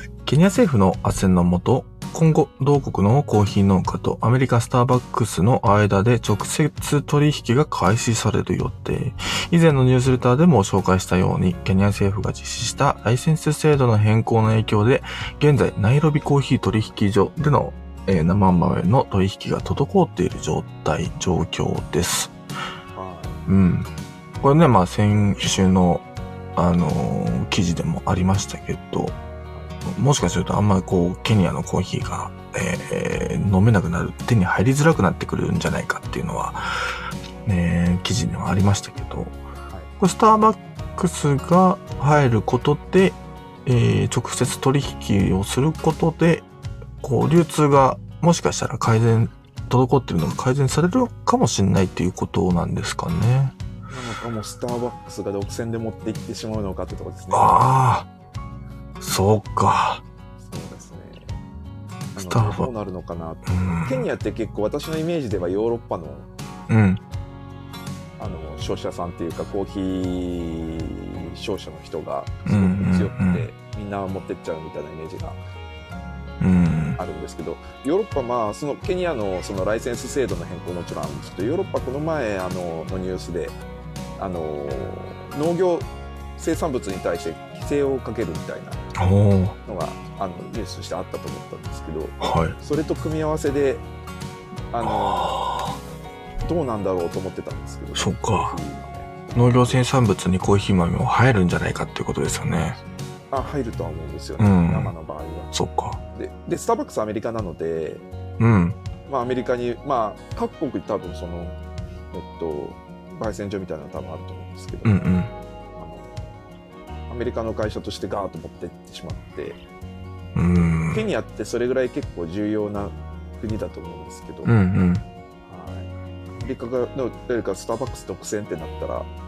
ケニア政府の斡旋のもと、今後、同国のコーヒー農家とアメリカスターバックスの間で直接取引が開始される予定。以前のニュースレターでも紹介したように、ケニア政府が実施したライセンス制度の変更の影響で、現在、ナイロビコーヒー取引所での、えー、生豆の取引が滞っている状態、状況です。うん。これね、まあ先週の、あのー、記事でもありましたけど、もしかするとあんまりこう、ケニアのコーヒーが、えー、飲めなくなる、手に入りづらくなってくるんじゃないかっていうのは、ね、記事にはありましたけど、はい、これスターバックスが入ることで、えー、直接取引をすることで、こう、流通がもしかしたら改善、滞っているのが改善されるかもしれないっていうことなんですかね。
なのかもスターバックスが独占で持っていってしまうのかってところですね。
ああ、そうか。
そうですね。
スターバックス
どうなるのかなって。ケニアって結構私のイメージではヨーロッパの、
うん、
あの消費者さんっていうかコーヒー商社の人がすごく強くて、うんうんうん、みんな持ってっちゃうみたいなイメージがあるんですけど、ヨーロッパ、まあそのケニアのそのライセンス制度の変更もちろんあるんですけど、ヨーロッパこの前あののニュースであの農業生産物に対して規制をかけるみたいなのがあのニュースとしてあったと思ったんですけど、
はい、
それと組み合わせであのどうなんだろうと思ってたんですけど、
そっか、農業生産物にコーヒー豆も入るんじゃないかっていうことですよね。
あ、入るとは思うんですよね、うん、生の場合は。
そっか。
で、でスターバックスアメリカなので、
うん、
まあアメリカに、まあ各国多分そのえっと焙煎所みたいなの多分あると思うんですけど、
うんうん、あの
アメリカの会社としてガーッと持っていってしまって、
うん、
ケニアってそれぐらい結構重要な国だと思うんですけど、
うんうん、
はい、アメリカがの誰かスターバックス独占ってなったら、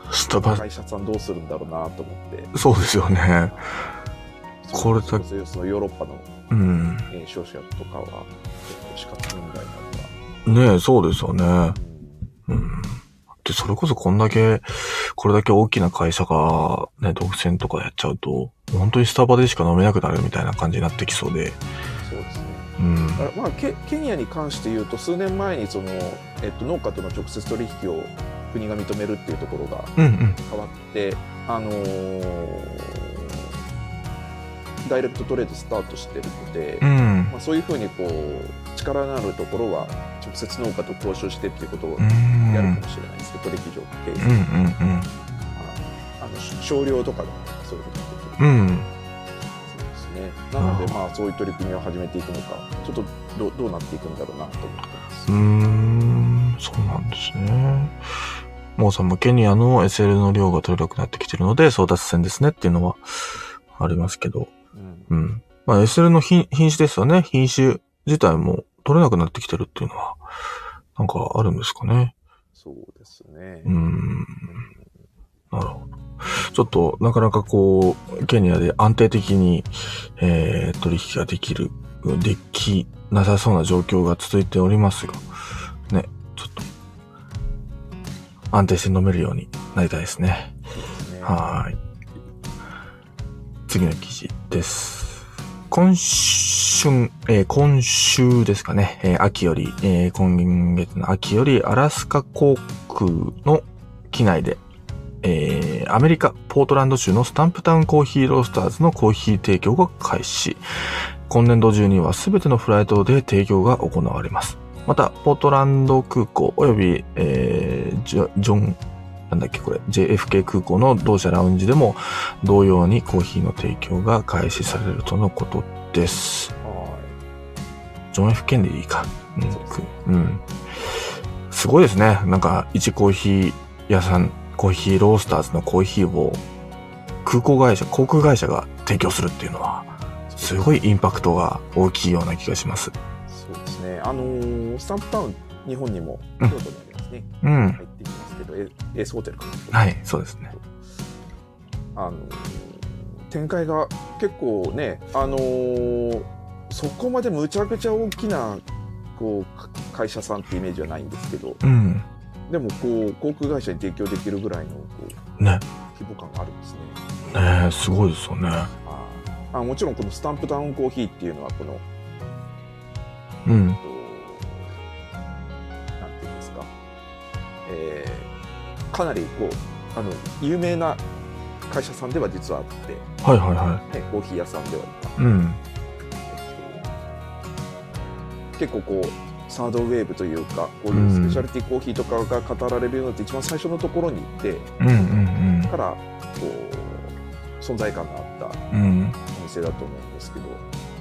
スタバ
会社さんどうするんだろうなと思って。
そうですよね。これだ
けそのヨーロッパの、
うん、
えー、商社とかは結構死活問題なん
だ。ねえ、そうですよね。うん。うん、で、それこそこんだけ、これだけ大きな会社がね、独占とかやっちゃうと、本当にスタバでしか飲めなくなるみたいな感じになってきそうで。
そうですね。
うん。
まあ、ケ, ケニアに関して言うと、数年前にその、えっと、農家との直接取引を国が認めるっていうところが変わって、うんうん、あのー、ダイレクトトレードスタートしてるので、うん、まあ、そういうふうにこう力のあるところは直接農家と交渉してっていうことをやるかもしれないですけど、取引所経営、うんうんうん、あの少量とかでもそういうことができる、うん、そうですね。なので、まあ、そういう取り組みを始めていくのか、ちょっと ど, どうなっていくんだろうなと思ってます。
うーん、そうなんですね。モーさんもケニアの エスエル の量が取れなくなってきてるので争奪戦ですねっていうのはありますけど、うん。まあ エスエル の 品, 品種ですよね。品種自体も取れなくなってきてるっていうのは、なんかあるんですかね。
そうですね。
うーん。なるほど。ちょっと、なかなかこう、ケニアで安定的に、えー、取引ができる、できなさそうな状況が続いておりますが、ね、ちょっと、安定して飲めるようになりたいですね。
そうですね。
はい。次の記事です。今春、えー、今週ですかね、えー、秋より、えー、今月の秋よりアラスカ航空の機内で、えー、アメリカ、ポートランド州のスタンプタウンコーヒーロースターズのコーヒー提供が開始。今年度中にはすべてのフライトで提供が行われます。また、ポートランド空港及び、えー、ジョ、ジョン、なんだっけこれ、ジェイエフケー 空港の同社ラウンジでも同様にコーヒーの提供が開始されるとのことです。ジョン F ケネディか。うん。うん。すごいですね。なんか、一コーヒー屋さん、コーヒーロースターズのコーヒーを空港会社、航空会社が提供するっていうのは、すごいインパクトが大きいような気がします。
そうですね。あのー、スタンプタウン、日本にも京都にありますね。うん。入ってきますけど、エースホテルかな。
はい、そうですね。
あのー、展開が結構ね、あのー、そこまでむちゃくちゃ大きなこう会社さんってイメージはないんですけど、うん、でもこう航空会社に提供できるぐらいのこう、ね、規模感があるんです
ね。ねえ、すごいですよね。あ
あ、もちろんこのスタンプタウンコーヒーっていうのはこの、
うん、
えっと、なんていうんですか、えー、かなりこうあの有名な会社さんでは実はあって、
はいはいはい、
ね、コーヒー屋さんでは、
うん、
結構こうサードウェーブというかこういうスペシャリティコーヒーとかが語られるようになって一番最初のところに行って、
うんうんうん、
からこう存在感があったお店だと思うんですけど、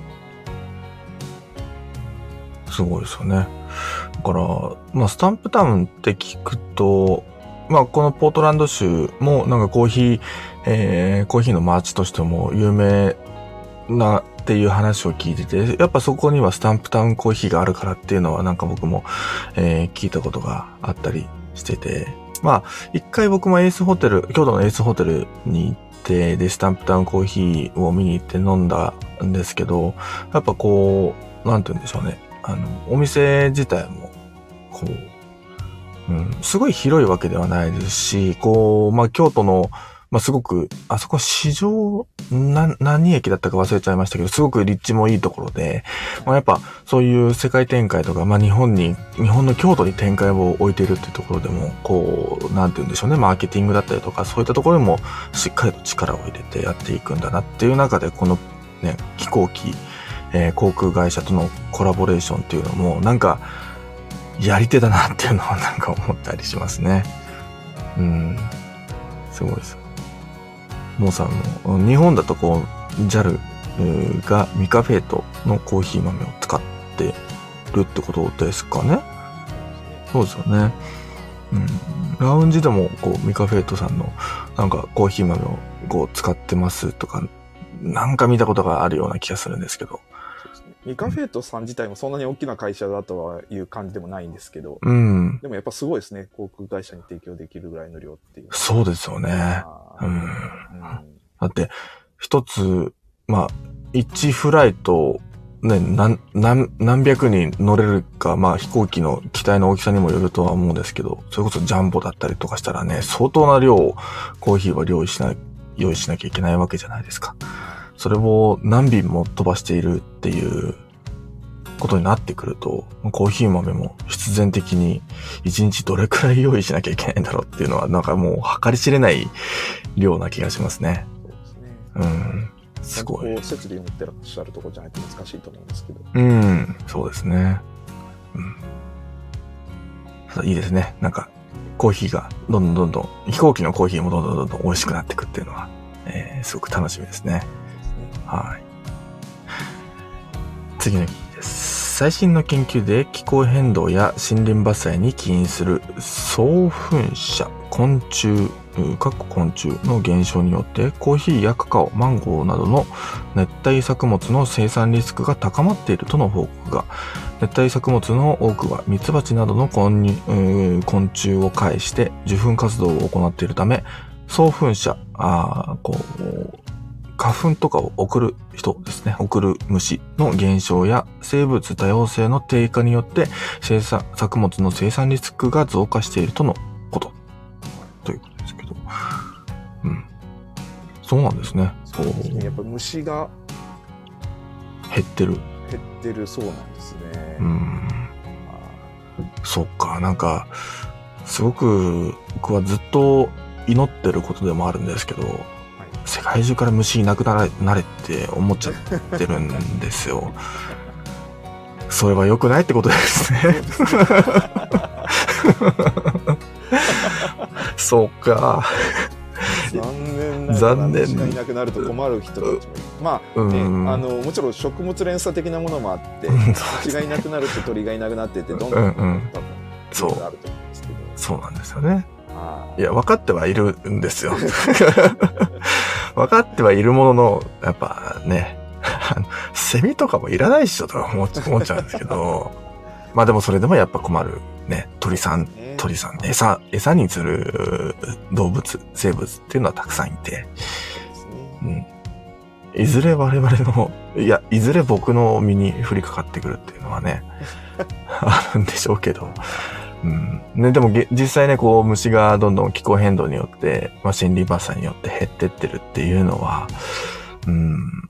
うん、すごいですよね。だから、まあ、スタンプタウンって聞くと、まあ、このポートランド州もなんかコーヒー、えー、コーヒーの街としても有名なっていう話を聞いてて、やっぱそこにはスタンプタウンコーヒーがあるからっていうのはなんか僕も、えー、聞いたことがあったりしてて、まあ一回僕もエースホテル、京都のエースホテルに行ってでスタンプタウンコーヒーを見に行って飲んだんですけど、やっぱこうなんて言うんでしょうね、あのお店自体もこう、うん、すごい広いわけではないですし、こうまあ京都のまあ、すごく、あそこ市場、な、何駅だったか忘れちゃいましたけど、すごく立地もいいところで、まあ、やっぱそういう世界展開とか、まあ、日本に、日本の京都に展開を置いているっていうところでも、こう、なんて言うんでしょうね、マーケティングだったりとか、そういったところにもしっかりと力を入れてやっていくんだなっていう中で、このね、飛行機、えー、航空会社とのコラボレーションっていうのも、なんか、やり手だなっていうのはなんか思ったりしますね。うん。すごいです。モーさんの日本だとこう ジャル がミカフェートのコーヒー豆を使ってるってことですかね。そうですよね。うん、ラウンジでもこうミカフェートさんのなんかコーヒー豆をこう使ってますとかなんか見たことがあるような気がするんですけど。
そうですね。 ミカフェイトさん自体もそんなに大きな会社だとはいう感じでもないんですけど、
うん。
でもやっぱすごいですね。航空会社に提供できるぐらいの量っていう。
そうですよね。うん。うん、だって、一つ、まあ、一フライト、ね、何、何、何百人乗れるか、まあ飛行機の機体の大きさにもよるとは思うんですけど、それこそジャンボだったりとかしたらね、相当な量をコーヒーは用意しな、用意しなきゃいけないわけじゃないですか。それを何便も飛ばしているっていうことになってくると、コーヒー豆も必然的に一日どれくらい用意しなきゃいけないんだろうっていうのは、なんかもう計り知れない量な気がしますね。
そうですね。
うん。すごい。
こう設備を持ってらっしゃるところじゃないと難しいと思うんですけど。
うん、そうですね。うん。いいですね。なんか、コーヒーがどんどんどんどん、飛行機のコーヒーもどんどんどんどん美味しくなっていくっていうのは、えー、すごく楽しみですね。はい。次の記事です。最新の研究で気候変動や森林伐採に起因する総噴射、昆虫、各昆虫の減少によってコーヒーやカカオ、マンゴーなどの熱帯作物の生産リスクが高まっているとの報告が、熱帯作物の多くはミツバチなどの昆虫を介して受粉活動を行っているため、総噴射、あこう花粉とかを送る人ですね、送る虫の減少や生物多様性の低下によって生産作物の生産リスクが増加しているとのことということですけど、うん、そうなんですね。
そうですね。やっぱ虫が
減ってる。
減ってるそうなんですね。
うん。そっか、なんかすごく僕はずっと祈ってることでもあるんですけど。世界中から虫いなくなれ、なれって思っちゃってるんですよ。それは良くないってことですね。そうか。
残念ながら
残念
虫がいなくなると困る人たちもいる。まあね、あのもちろん食物連鎖的なものもあって、虫がいなくなると鳥がいなくなってってどんどん、うんうん、多分そうあると思うんですけど。
そうなんですよね。いや、分かってはいるんですよ。分かってはいるものの、やっぱね、セミとかもいらないっしょとか思っちゃうんですけど、まあでもそれでもやっぱ困るね、鳥さん、鳥さん、餌、餌にする動物、生物っていうのはたくさんいて、うん、いずれ我々の、いや、いずれ僕の身に降りかかってくるっていうのはね、あるんでしょうけど、うんね、でも実際ね、こう虫がどんどん気候変動によって、まあ、森林伐採によって減ってってるっていうのは、うん、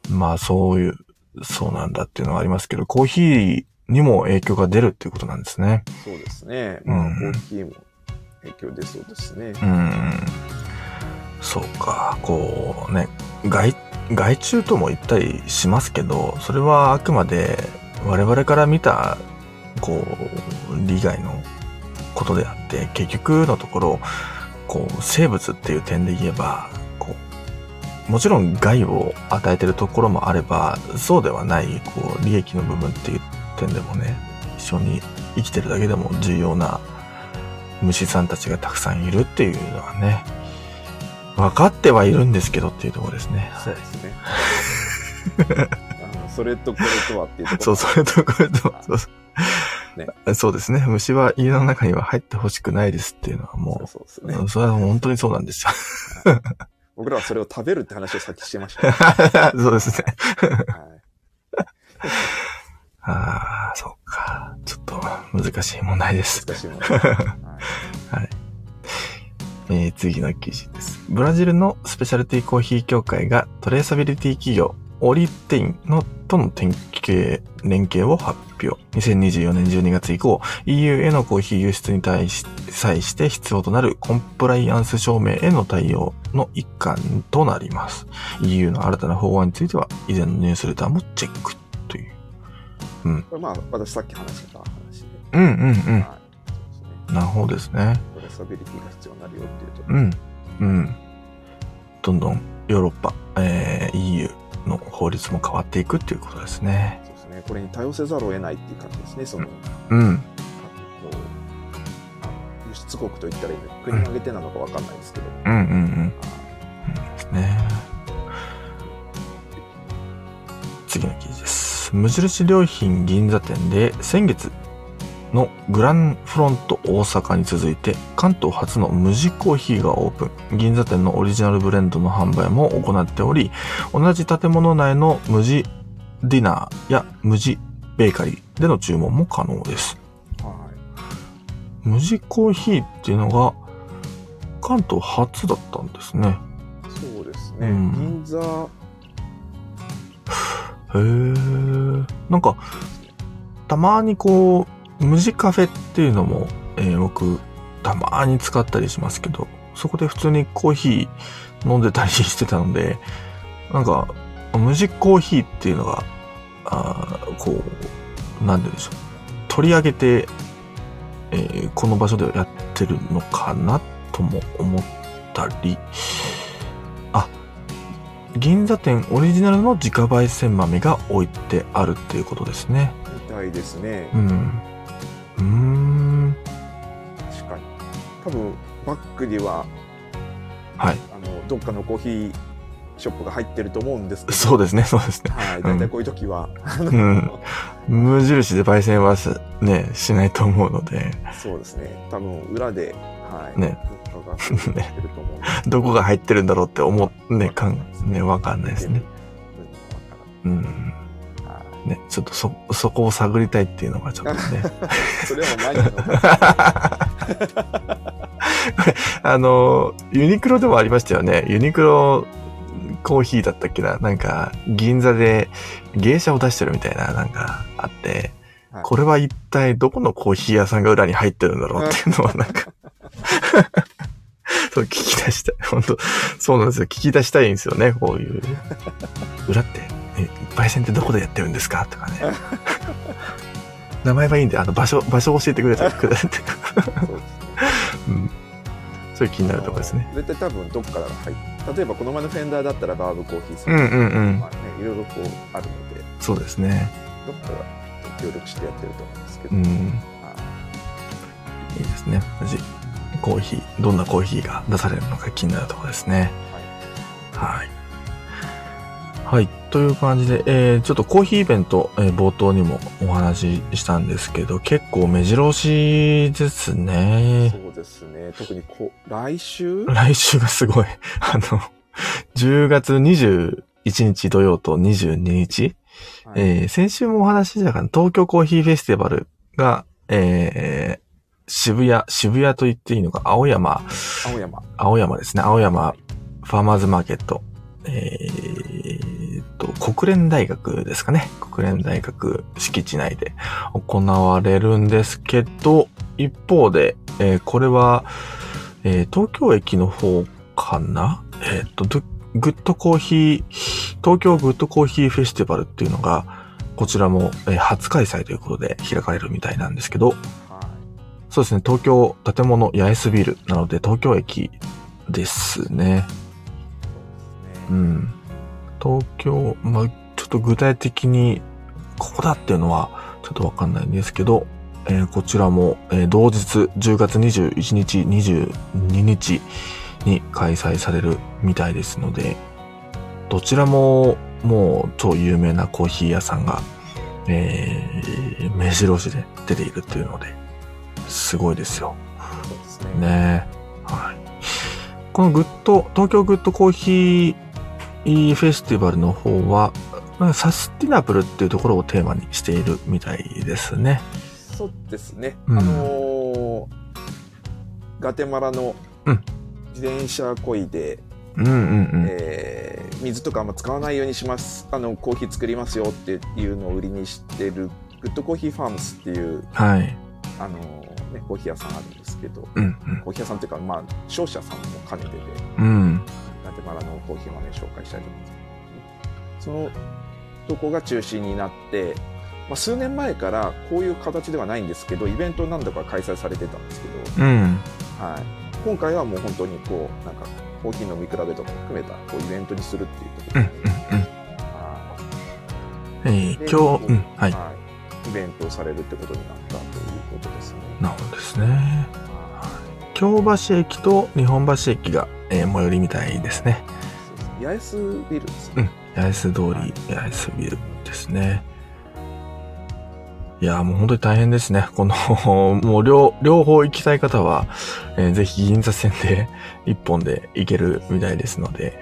まあそういう、そうなんだっていうのはありますけど、コーヒーにも影響が出るっていうことなんですね。
そうですね。まあ、うん、コーヒーも影響出そうですね。
うん。そうか、こうね、害、害虫とも言ったりしますけど、それはあくまで我々から見た、こう、利害のことであって、結局のところ、こう、生物っていう点で言えば、こう、もちろん害を与えてるところもあれば、そうではない、こう、利益の部分っていう点でもね、一緒に生きてるだけでも重要な虫さんたちがたくさんいるっていうのはね、分かってはいるんですけどっていうところですね。
そうですね。あのそれとこれとはっていうところ。
そう、それとこれとは。そうそうね、そうですね。虫は家の中には入ってほしくないですっていうのはもう、そうそうですね。それは本当にそうなんですよ。
僕らはそれを食べるって話をさっきしてました、
ね。そうですね。はい、ああ、そうか。ちょっと難しい問題です。
難しい問題。はい。
はいえー、次の記事です。ブラジルのスペシャルティコーヒー協会がトレーサビリティ企業オリテインのとの提携連携を発表。にせんにじゅうよねんじゅうにがつ以降、イーユー へのコーヒー輸出に対し、際して必要となるコンプライアンス証明への対応の一環となります。イーユー の新たな法案については、以前のニュースレターもチェックという。
うん。これまあ、私さっき話した話で。
うんうんうん。はい、そうですね。なるほどですね。
トレーサビリティが必要になるよっていうと。
うん。うん。どんどんヨーロッパ、えー、イーユー、の法律も変わっていくっていうことですね。
そうですね。これに対応せざるを得ないっていう感じですね。その、
うん。
こう輸出国といったらいいの国に挙げてなのかわかんないですけど。
うんうんうん。うんですね。次の記事です。 。無印良品銀座店で先月のグランフロント大阪に続いて関東初の無地コーヒーがオープン。銀座店のオリジナルブレンドの販売も行っており、同じ建物内の無地ディナーや無地ベーカリーでの注文も可能です。はい、無地コーヒーっていうのが関東初だったんですね。
そうですね。うん、銀座。
へー。なんかたまにこう無地カフェっていうのも、えー、僕たまに使ったりしますけど、そこで普通にコーヒー飲んでたりしてたので、なんか無地コーヒーっていうのがあこうなんででしょう、取り上げて、えー、この場所でやってるのかなとも思ったり、あ、銀座店オリジナルの自家焙煎豆が置いてあるっていうことですね。
みたいですね。
うん。うーん。
確かに。多分バッグには、
はい。
あのどっかのコーヒーショップが入ってると思うんですけど。
そうですね、そうですね。
はい。だいたいこういう時は、
うん、無印で焙煎はねしないと思うので。
そうですね。多分裏で、はい。
ね。
どっかが入ってると思うんです。
どこが入ってるんだろうって思うね、かんね、わかんないですね。うん。ね、ちょっとそ、そこを探りたいっていうのがちょっとね。
それはマニアの。
これ、あの、ユニクロでもありましたよね。ユニクロコーヒーだったっけな。なんか、銀座で芸者を出してるみたいな、なんかあって、はい、これは一体どこのコーヒー屋さんが裏に入ってるんだろうっていうのはなんか、そう聞き出したい。本当そうなんですよ。聞き出したいんですよね。こういう。裏って。焙煎ってどこでやってるんですかとかね。名前はいいんで、あの場所、場所を教えてくれたらくださって。そうですね。うん。そういう気になるところですね。
絶対多分どっから入って、例えばこの前のフェンダーだったらバーブコーヒーさん。
うんうんうん。
まあね、いろいろこうあるので。
そうですね。
どっかが協力してやってると思うんですけど。
うん。いいですね。コーヒー、どんなコーヒーが出されるのか気になるところですね。はい。はい。はい。という感じで、えー、ちょっとコーヒーイベント、えー、冒頭にもお話ししたんですけど、結構目白押しですね。
そうですね。特にこ来週
来週がすごい。あの、じゅうがつにじゅういちにち土曜とにじゅうににち、はい、えー、先週もお話ししたかな、東京コーヒーフェスティバルが、えー、渋谷、渋谷と言っていいのか、青山。
青山。
青山ですね。青山ファーマーズマーケット。えー、と、国連大学ですかね。国連大学敷地内で行われるんですけど、一方で、えー、これは、えー、東京駅の方かな？えっと、グッドコーヒー、東京グッドコーヒーフェスティバルっていうのが、こちらも、えー、初開催ということで開かれるみたいなんですけど、そうですね、東京建物八重洲ビルなので東京駅ですね。うん。東京、まあ、ちょっと具体的にここだっていうのはちょっとわかんないんですけど、えー、こちらも、えー、同日じゅうがつにじゅういちにち、にじゅうににちに開催されるみたいですので、どちらももう超有名なコーヒー屋さんが、えー、目白押しで出ているっていうので、すごいですよ。
そうですね。
ね。はい。このグッド、東京グッドコーヒーフェスティバルの方は、サスティナブルっていうところをテーマにしているみたいですね。
そうですね。
うん、
あのー、ガテマラの自転車こいで、
うんうんうん
えー、水とかあんま使わないようにします。あの、コーヒー作りますよっていうのを売りにしてる、グッドコーヒーファームスっていう、
はい。
あのーね、コーヒー屋さんあるんですけど、
うんうん、
コーヒー屋さんっていうか、まあ、商社さんも兼ねてて、
うん、
ガテマラのコーヒー豆紹介したいと思うんですけど、そのとこが中心になって、まあ、数年前からこういう形ではないんですけど、イベント何度か開催されてたんですけど、
うん、
はい、今回はもう本当にこうなんかコーヒーの見比べとかも含めたこうイベントにするっていうところで、
うんうんうん、えー、今日、うんはい、
はい、イベントをされるってことになったということですね。
なるほどですね。京橋駅と日本橋駅が、えー、最寄りみたいですね。
八重洲ビルですね。
うん、八重洲通り、はい、八重洲ビルですね。 いや、もう本当に大変ですね。この、もう両、両方行きたい方は、えー、ぜひ銀座線で一本で行けるみたいですので、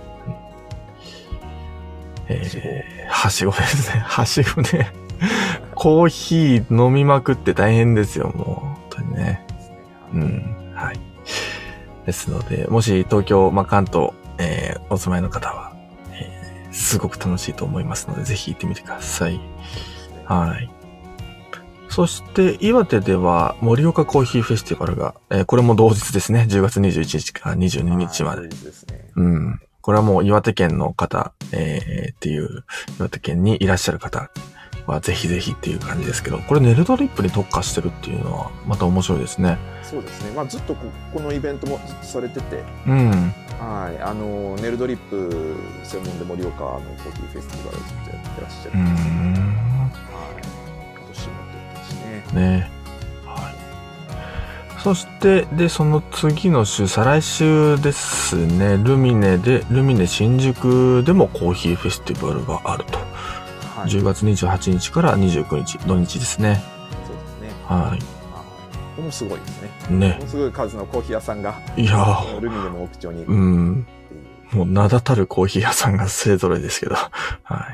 えー、はしごですね。はしごで、コーヒー飲みまくって大変ですよ、もう。本当にね。うん。はい。ですので、もし東京、まあ、関東、えー、お住まいの方は、えー、すごく楽しいと思いますので、ぜひ行ってみてください。はい。そして、岩手では、盛岡コーヒーフェスティバルが、えー、これも同日ですね。じゅうがつにじゅういちにちからにじゅうににちまで。はい、ですね。うん。これはもう岩手県の方、えー、っていう、岩手県にいらっしゃる方はぜひぜひっていう感じですけど、これネルドリップに特化してるっていうのはまた面白いですね。
そうですね。まあずっと こ, このイベントもずっとされてて、
うん。
はい。あの、ネルドリップ専門で盛岡のコーヒーフェスティバルをずっとやってらっしゃるんですけど、うん。はい。今年も出てますね。
ね。そして、で、その次の週、再来週ですね、ルミネで、ルミネ新宿でもコーヒーフェスティバルがあると。はい、じゅうがつにじゅうはちにちからにじゅうくにち、土日ですね。
そうですね。
はい。
これもすごいですね。
ね。
ものすごい数のコーヒー屋さんが、
いやー、
ルミネの屋上に。
うん。もう名だたるコーヒー屋さんが勢ぞろいですけど。はい。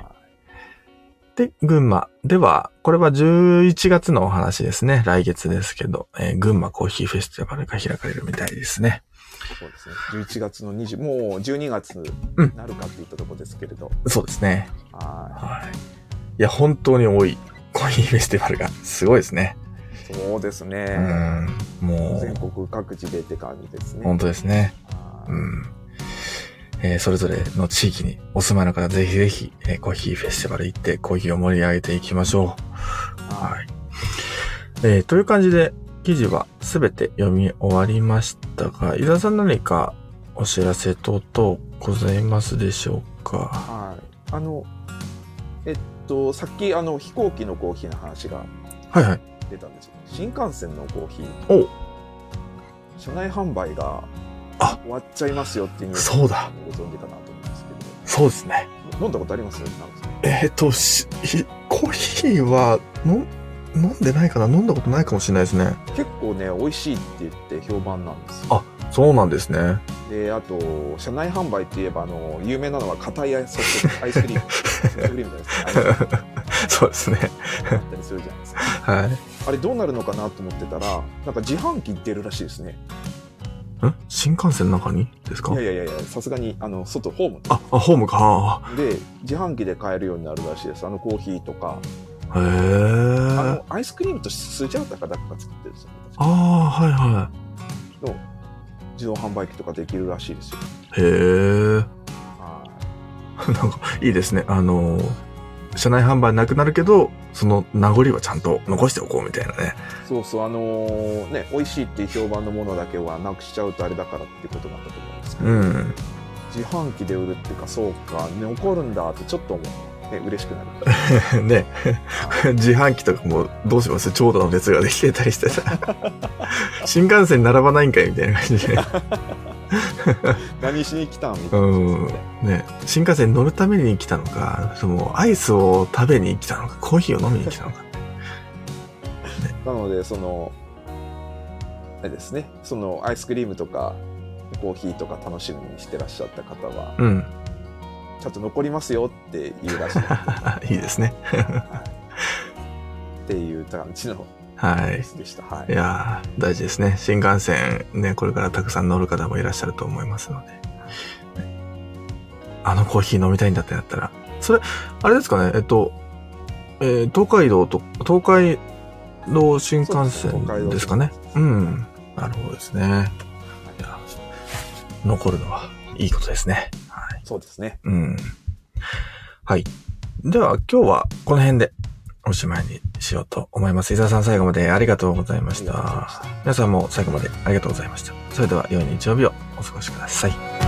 で、群馬では、これはじゅういちがつのお話ですね。来月ですけど、えー、群馬コーヒーフェスティバルが開かれるみたいですね。
そうですね。じゅういちがつのにじゅう、もうじゅうにがつになるかっていったところですけれど。
うん、そうですね。
はい。
はい。いや、本当に多いコーヒーフェスティバルがすごいですね。
そうですね。
うん。もう。
全国各地でって感じですね。
本当ですね。うん。えー、それぞれの地域にお住まいの方、ぜひぜひ、えー、コーヒーフェスティバル行ってコーヒーを盛り上げていきましょう。はい。えー、という感じで、記事はすべて読み終わりましたが、伊沢さん何かお知らせ等々ございますでしょうか？
はい。あの、えっと、さっきあの飛行機のコーヒーの話が
はいはい
出たんですよ。新幹線のコーヒ
ー。お
車内販売が終わっちゃいますよっていうニュースをご存知かなと思うんですけど。
そうですね。
飲んだことあります？
えっとしコーヒーはの飲んでないかな、飲んだことないかもしれないですね。
結構ね美味しいって言って評判なんですよ。
あ、そうなんですね。
で、あと車内販売って言えばあの有名なのは硬いアイスアイスクリーム、ソフトクリームじゃないですか。
そうですね。
あったりするじゃないですか。
はい。
あれどうなるのかなと思ってたら、なんか自販機出るらしいですね。
ん？新幹線の中にですか？
いやいやいや、さすがにあの外ホーム。
あ、あホームか。
で自販機で買えるようになるらしいです。あのコーヒーとか。
へー。
あのアイスクリームとスジャータか誰かが作ってるんですよね。
ああ、はいは
い。の自動販売機とかできるらしいですよ。
へー。はい。なんかいいですね。あの車内販売なくなるけど、その名残はちゃんと残しておこうみたいなね。
そうそう、あのー、ね、美味しいっていう評判のものだけはなくしちゃうとあれだからってことなんだと思うんですけど、うん、自販機で売るっていうか、そうか、残るんだってちょっと思う、ね、嬉しくなる。
ね、自販機とかもどうします？長蛇の列ができてたりしてさ、新幹線並ばないんかいみたいな感じで。
何しに来たんみたいな、ね。うん。
ね、新幹線に乗るために来たのか、そのアイスを食べに来たのか、コーヒーを飲みに来たのか。ね、
なので、その、あれですね、そのアイスクリームとかコーヒーとか楽しみにしてらっしゃった方は、うん、ちゃんと残りますよって言うらしい。
いいですね。
っていう感じの。
はい。
でした。はい。
いやー、大事ですね。新幹線ね、これからたくさん乗る方もいらっしゃると思いますので。あのコーヒー飲みたいんだってなったら。それ、あれですかね、えっと、えー、東海道と、東海道新幹線ですかね。うん。なるほどですね。いや、残るのはいいことですね。はい。
そうですね。
うん。はい。では、今日はこの辺で。おしまいにしようと思います。伊沢さん最後までありがとうございました。皆さんも最後までありがとうございました。それでは良い日曜日をお過ごしください。